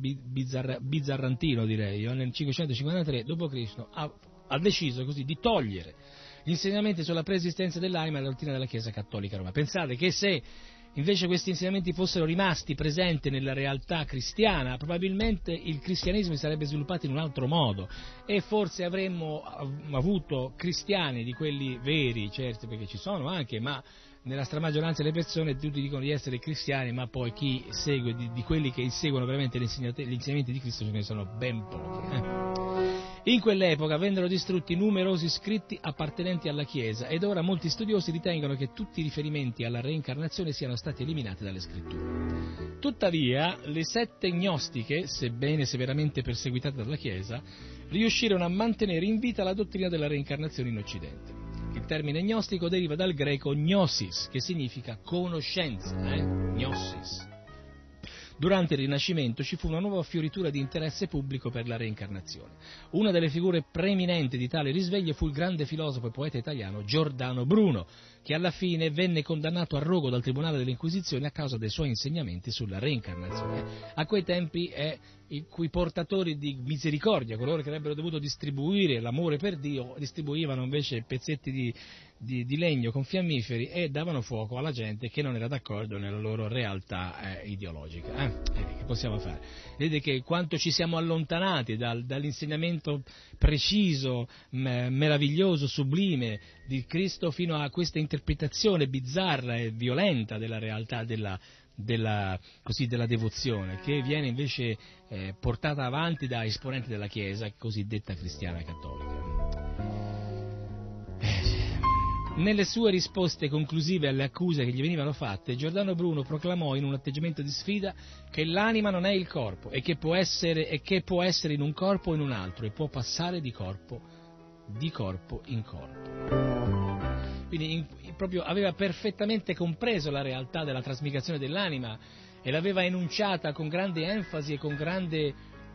bizzarrantino direi, nel 553 d.C. ha deciso così di togliere gli insegnamenti sulla preesistenza dell'anima dalla dottrina della Chiesa cattolica romana. Pensate che se invece questi insegnamenti fossero rimasti presenti nella realtà cristiana, probabilmente il cristianesimo si sarebbe sviluppato in un altro modo e forse avremmo avuto cristiani di quelli veri, certo, perché ci sono anche, ma nella stramaggioranza delle persone tutti dicono di essere cristiani, ma poi chi segue di quelli che seguono veramente gli insegnamenti di Cristo ce ne sono ben pochi. In quell'epoca vennero distrutti numerosi scritti appartenenti alla Chiesa ed ora molti studiosi ritengono che tutti i riferimenti alla reincarnazione siano stati eliminati dalle scritture. Tuttavia, le sette gnostiche, sebbene severamente perseguitate dalla Chiesa, riuscirono a mantenere in vita la dottrina della reincarnazione in Occidente. Il termine gnostico deriva dal greco gnosis, che significa conoscenza, gnosis. Durante il Rinascimento ci fu una nuova fioritura di interesse pubblico per la reincarnazione. Una delle figure preeminenti di tale risveglio fu il grande filosofo e poeta italiano Giordano Bruno, che alla fine venne condannato a rogo dal Tribunale delle Inquisizioni a causa dei suoi insegnamenti sulla reincarnazione. A quei tempi i cui portatori di misericordia, coloro che avrebbero dovuto distribuire l'amore per Dio, distribuivano invece pezzetti di legno con fiammiferi e davano fuoco alla gente che non era d'accordo nella loro realtà ideologica. Che possiamo fare? Vedete che quanto ci siamo allontanati dall'insegnamento preciso, meraviglioso, sublime di Cristo fino a questa interpretazione bizzarra e violenta della realtà della devozione, che viene invece portata avanti da esponenti della Chiesa cosiddetta cristiana cattolica. Nelle sue risposte conclusive alle accuse che gli venivano fatte, Giordano Bruno proclamò in un atteggiamento di sfida che l'anima non è il corpo e che può essere in un corpo o in un altro e può passare di corpo in corpo. Quindi proprio aveva perfettamente compreso la realtà della trasmigrazione dell'anima e l'aveva enunciata con grande enfasi e con grande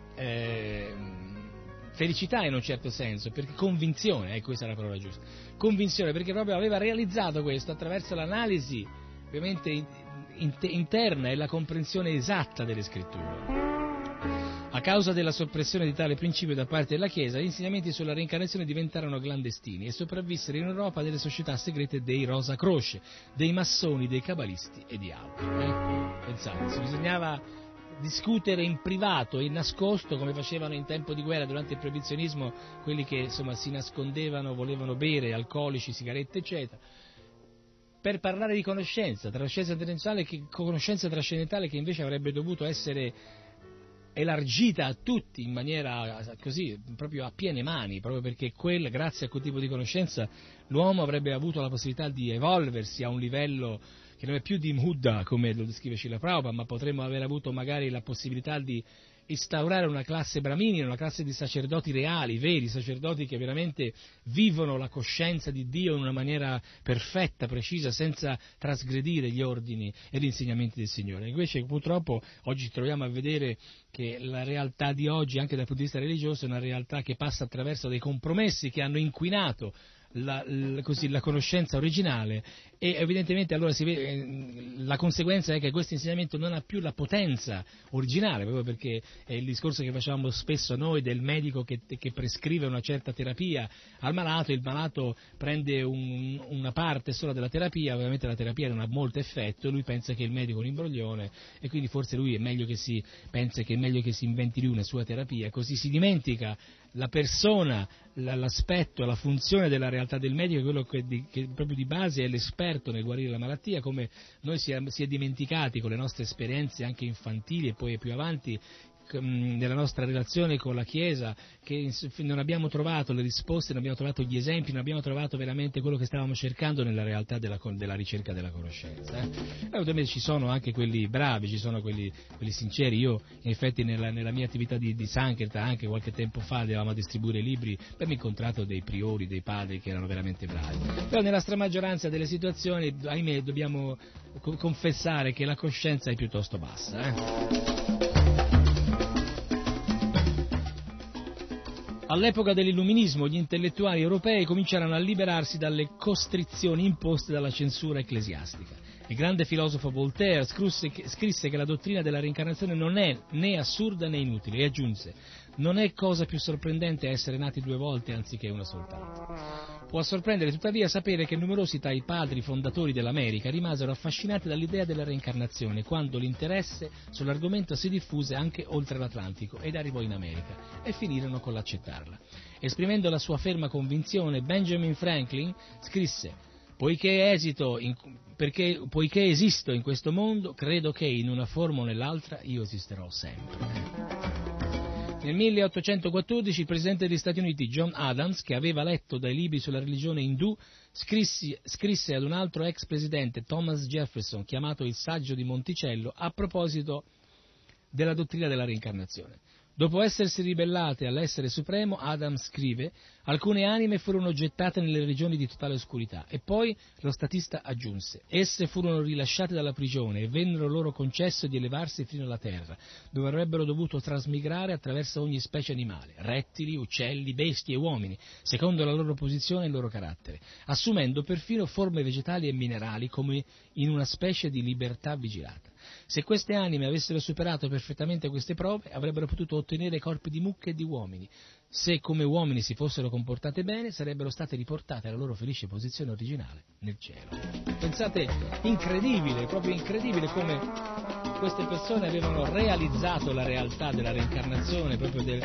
felicità in un certo senso, perché convinzione, questa è la parola giusta, convinzione, perché proprio aveva realizzato questo attraverso l'analisi ovviamente interna e la comprensione esatta delle scritture. A causa della soppressione di tale principio da parte della Chiesa, gli insegnamenti sulla reincarnazione diventarono clandestini e sopravvissero in Europa delle società segrete dei Rosacroce, dei massoni, dei cabalisti e di altri. Pensate, bisognava discutere in privato e nascosto, come facevano in tempo di guerra durante il proibizionismo quelli che insomma si nascondevano, volevano bere alcolici, sigarette eccetera, per parlare di conoscenza trascendentale che invece avrebbe dovuto essere elargita a tutti in maniera così, proprio a piene mani, proprio perché grazie a quel tipo di conoscenza l'uomo avrebbe avuto la possibilità di evolversi a un livello che non è più di Buddha, come lo descrive Srila Prabhupada, ma potremmo aver avuto magari la possibilità di instaurare una classe brahminina, una classe di sacerdoti reali, veri, sacerdoti che veramente vivono la coscienza di Dio in una maniera perfetta, precisa, senza trasgredire gli ordini e gli insegnamenti del Signore. Invece purtroppo oggi troviamo a vedere che la realtà di oggi, anche dal punto di vista religioso, è una realtà che passa attraverso dei compromessi che hanno inquinato la conoscenza originale, e evidentemente allora si vede, la conseguenza è che questo insegnamento non ha più la potenza originale, proprio perché è il discorso che facciamo spesso noi del medico che prescrive una certa terapia al malato, il malato prende una parte solo della terapia, ovviamente la terapia non ha molto effetto, lui pensa che il medico è un imbroglione e quindi forse lui pensa che è meglio che si inventi lui una sua terapia, così si dimentica la persona, l'aspetto, la funzione della realtà del medico, quello che proprio di base è l'esperto nel guarire la malattia, come noi si è dimenticati con le nostre esperienze anche infantili e poi più avanti nella nostra relazione con la Chiesa, che non abbiamo trovato le risposte, non abbiamo trovato gli esempi, non abbiamo trovato veramente quello che stavamo cercando nella realtà della ricerca della conoscenza. Ovviamente ci sono anche quelli bravi, ci sono quelli sinceri. Io in effetti nella mia attività di Sankirtan anche qualche tempo fa andavamo a distribuire libri, abbiamo incontrato dei priori, dei padri che erano veramente bravi, però nella stramaggioranza delle situazioni, ahimè, dobbiamo confessare che la coscienza è piuttosto bassa. All'epoca dell'illuminismo gli intellettuali europei cominciarono a liberarsi dalle costrizioni imposte dalla censura ecclesiastica. Il grande filosofo Voltaire scrisse che la dottrina della reincarnazione non è né assurda né inutile e aggiunse: non è cosa più sorprendente essere nati due volte anziché una soltanto. Può sorprendere tuttavia sapere che numerosi tra i padri fondatori dell'America rimasero affascinati dall'idea della reincarnazione quando l'interesse sull'argomento si diffuse anche oltre l'Atlantico ed arrivò in America, e finirono con l'accettarla. Esprimendo la sua ferma convinzione, Benjamin Franklin scrisse: poiché esisto in questo mondo, credo che in una forma o nell'altra io esisterò sempre. Nel 1814 il Presidente degli Stati Uniti John Adams, che aveva letto dai libri sulla religione indù, scrisse ad un altro ex presidente, Thomas Jefferson, chiamato il Saggio di Monticello, a proposito della dottrina della reincarnazione. Dopo essersi ribellate all'essere supremo, Adams scrive: alcune anime furono gettate nelle regioni di totale oscurità, e poi lo statista aggiunse: esse furono rilasciate dalla prigione e vennero loro concesso di elevarsi fino alla terra, dove avrebbero dovuto trasmigrare attraverso ogni specie animale, rettili, uccelli, bestie e uomini, secondo la loro posizione e il loro carattere, assumendo perfino forme vegetali e minerali come in una specie di libertà vigilata. Se queste anime avessero superato perfettamente queste prove, avrebbero potuto ottenere corpi di mucche e di uomini. Se come uomini si fossero comportate bene, sarebbero state riportate alla loro felice posizione originale nel cielo. Pensate, incredibile, proprio incredibile come queste persone avevano realizzato la realtà della reincarnazione,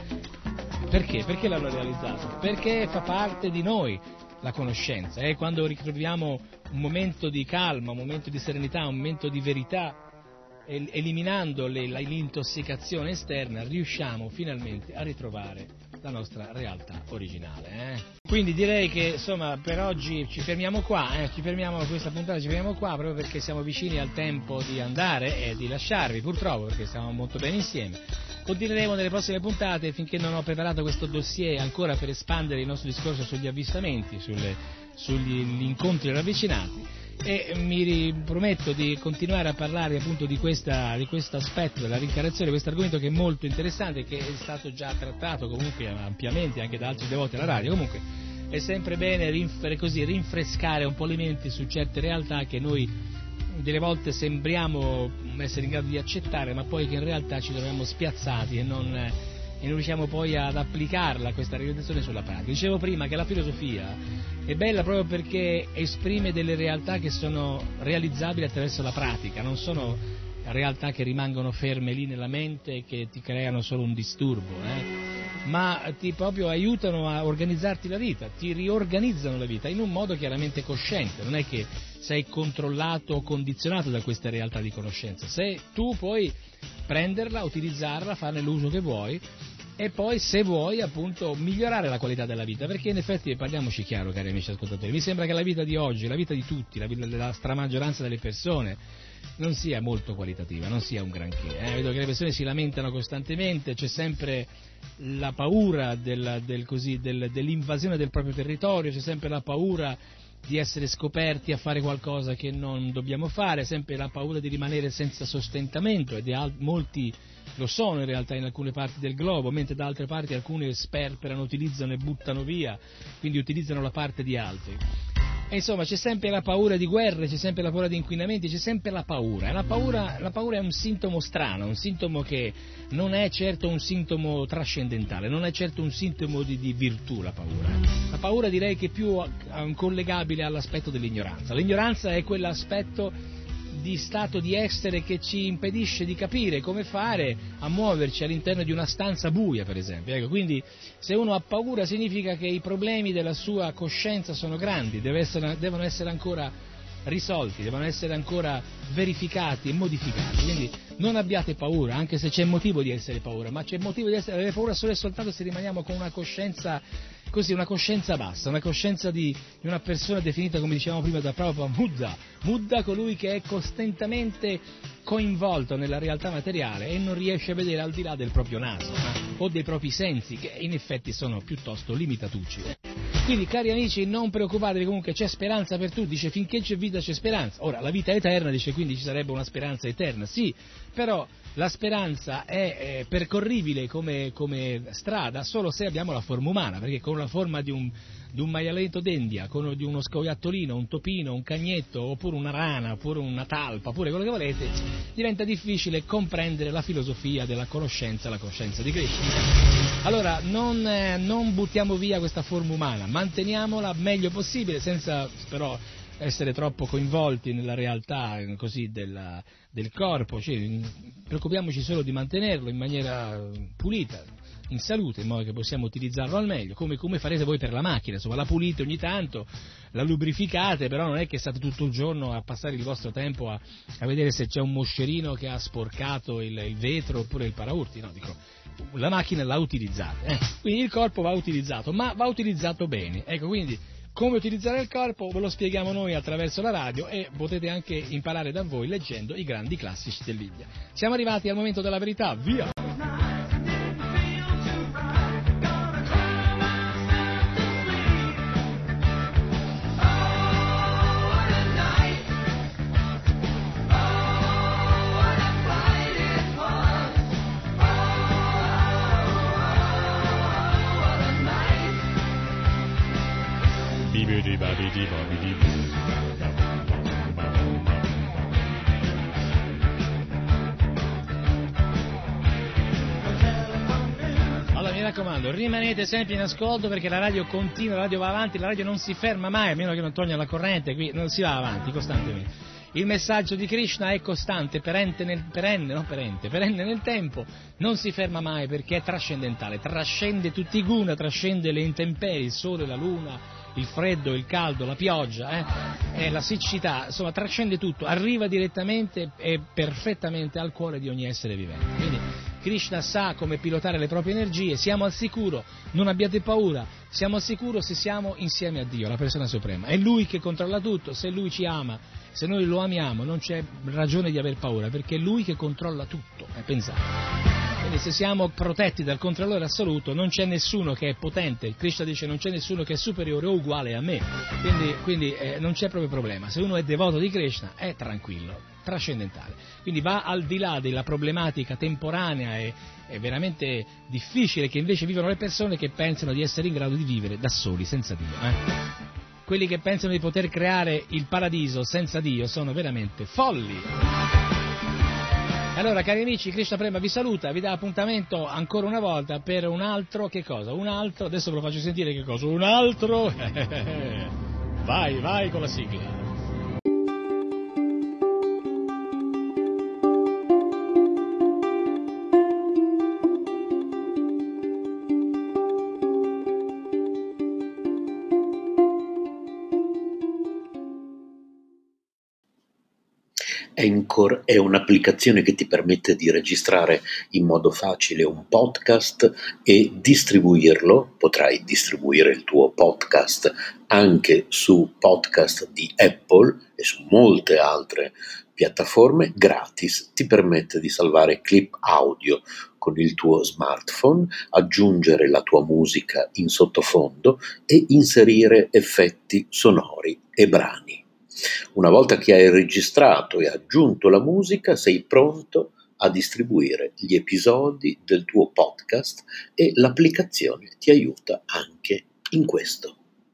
Perché? Perché l'hanno realizzato? Perché fa parte di noi la conoscenza, e quando ritroviamo un momento di calma, un momento di serenità, un momento di verità, eliminando l'intossicazione esterna, riusciamo finalmente a ritrovare la nostra realtà originale. Quindi direi che insomma per oggi ci fermiamo qua, questa puntata ci fermiamo qua, proprio perché siamo vicini al tempo di andare e di lasciarvi, purtroppo, perché stiamo molto bene insieme. Continueremo nelle prossime puntate finché non ho preparato questo dossier ancora per espandere il nostro discorso sugli avvistamenti, sugli incontri ravvicinati, e mi prometto di continuare a parlare appunto di questo aspetto della reincarnazione, questo argomento che è molto interessante, che è stato già trattato comunque ampiamente anche da altri devoti alla radio. Comunque è sempre bene rinfrescare un po' le menti su certe realtà che noi delle volte sembriamo essere in grado di accettare, ma poi che in realtà ci troviamo spiazzati e non riusciamo poi ad applicarla, questa realizzazione, sulla pratica. Dicevo prima che la filosofia è bella proprio perché esprime delle realtà che sono realizzabili attraverso la pratica, non sono realtà che rimangono ferme lì nella mente e che ti creano solo un disturbo, ma ti proprio aiutano a organizzarti la vita, ti riorganizzano la vita in un modo chiaramente cosciente. Non è che sei controllato o condizionato da queste realtà di conoscenza, se tu puoi prenderla, utilizzarla, farne l'uso che vuoi e poi se vuoi appunto migliorare la qualità della vita, perché in effetti, parliamoci chiaro cari amici ascoltatori, mi sembra che la vita di oggi, la vita di tutti, la vita della stramaggioranza delle persone non sia molto qualitativa, non sia un granché, vedo che le persone si lamentano costantemente, c'è sempre la paura dell'invasione del proprio territorio, c'è sempre la paura di essere scoperti a fare qualcosa che non dobbiamo fare, sempre la paura di rimanere senza sostentamento, ed molti lo sono in realtà in alcune parti del globo, mentre da altre parti alcune sperperano, utilizzano e buttano via, quindi utilizzano la parte di altri. E insomma c'è sempre la paura di guerre, c'è sempre la paura di inquinamenti, c'è sempre la paura. La paura è un sintomo strano, un sintomo che non è certo un sintomo trascendentale, non è certo un sintomo di virtù la paura. La paura direi che è più collegabile all'aspetto dell'ignoranza. L'ignoranza è quell'aspetto di stato di essere che ci impedisce di capire come fare a muoverci all'interno di una stanza buia, per esempio. Ecco, quindi se uno ha paura significa che i problemi della sua coscienza sono grandi, devono essere ancora risolti, devono essere ancora verificati e modificati. Quindi non abbiate paura, anche se c'è motivo di essere paura, ma c'è motivo di avere paura solo e soltanto se rimaniamo con una coscienza così, una coscienza bassa, una coscienza di una persona definita, come dicevamo prima, da Prabhupada, Buddha, colui che è costantemente coinvolto nella realtà materiale e non riesce a vedere al di là del proprio naso o dei propri sensi, che in effetti sono piuttosto limitatucci. Quindi, cari amici, non preoccupatevi, comunque c'è speranza per tutti, dice finché c'è vita c'è speranza. Ora, la vita è eterna, dice, quindi ci sarebbe una speranza eterna, sì, però la speranza è percorribile come strada solo se abbiamo la forma umana, perché con la forma di un maialetto d'India, di uno scoiattolino, un topino, un cagnetto, oppure una rana, oppure una talpa, oppure quello che volete, diventa difficile comprendere la filosofia della conoscenza, la coscienza di Krishna. Allora, non buttiamo via questa forma umana, manteniamola meglio possibile, senza però essere troppo coinvolti nella realtà così del corpo, cioè, preoccupiamoci solo di mantenerlo in maniera pulita, in salute, in modo che possiamo utilizzarlo al meglio, come farete voi per la macchina, insomma, la pulite ogni tanto, la lubrificate, però non è che state tutto il giorno a passare il vostro tempo a vedere se c'è un moscerino che ha sporcato il vetro oppure il paraurti, no, dico, la macchina la utilizzate, quindi il corpo va utilizzato, ma va utilizzato bene, ecco, quindi come utilizzare il corpo ve lo spieghiamo noi attraverso la radio e potete anche imparare da voi leggendo i grandi classici dell'India. Siamo arrivati al momento della verità, via! Allora mi raccomando, rimanete sempre in ascolto perché la radio continua, la radio va avanti, la radio non si ferma mai, a meno che non toglia la corrente, qui non si va avanti costantemente. Il messaggio di Krishna è costante, perenne nel tempo, non si ferma mai perché è trascendentale, trascende tutti i guna, trascende le intemperie, il sole, la luna, il freddo, il caldo, la pioggia, la siccità, insomma trascende tutto, arriva direttamente e perfettamente al cuore di ogni essere vivente. Quindi Krishna sa come pilotare le proprie energie, siamo al sicuro, non abbiate paura, siamo al sicuro se siamo insieme a Dio, la persona suprema, è Lui che controlla tutto, se Lui ci ama, se noi lo amiamo non c'è ragione di aver paura, perché è Lui che controlla tutto, pensate. Quindi se siamo protetti dal controllore assoluto non c'è nessuno che è potente, Krishna dice non c'è nessuno che è superiore o uguale a me, quindi non c'è proprio problema, se uno è devoto di Krishna è tranquillo, trascendentale, quindi va al di là della problematica temporanea e veramente difficile che invece vivono le persone che pensano di essere in grado di vivere da soli, senza Dio. Quelli che pensano di poter creare il paradiso senza Dio sono veramente folli. Allora, cari amici, Krishna Prema vi saluta, vi dà appuntamento ancora una volta per un altro, che cosa? Un altro, adesso ve lo faccio sentire che cosa? Un altro, vai con la sigla. Anchor è un'applicazione che ti permette di registrare in modo facile un podcast e distribuirlo. Potrai distribuire il tuo podcast anche su podcast di Apple e su molte altre piattaforme gratis. Ti permette di salvare clip audio con il tuo smartphone, aggiungere la tua musica in sottofondo e inserire effetti sonori e brani. Una volta che hai registrato e aggiunto la musica, sei pronto a distribuire gli episodi del tuo podcast e l'applicazione ti aiuta anche in questo.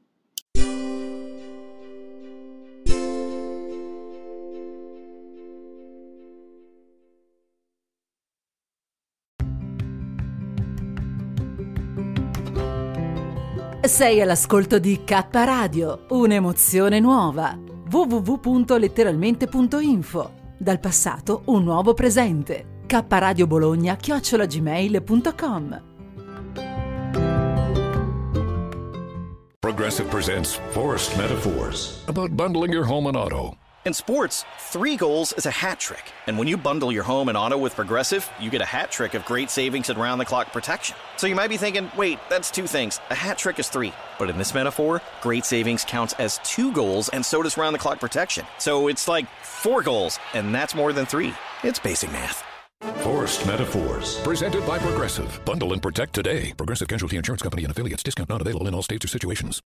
Sei all'ascolto di K Radio, un'emozione nuova. www.letteralmente.info. Dal passato un nuovo presente. kradiobologna@gmail.com. Progressive presents Forced Metaphors about bundling your home and auto. In sports, 3 goals is a hat trick. And when you bundle your home and auto with Progressive, you get a hat trick of great savings and round-the-clock protection. So you might be thinking, wait, that's 2 things. A hat trick is 3. But in this metaphor, great savings counts as 2 goals, and so does round-the-clock protection. So it's like 4 goals, and that's more than 3. It's basic math. Forced Metaphors, presented by Progressive. Bundle and protect today. Progressive Casualty Insurance Company and affiliates. Discount not available in all states or situations.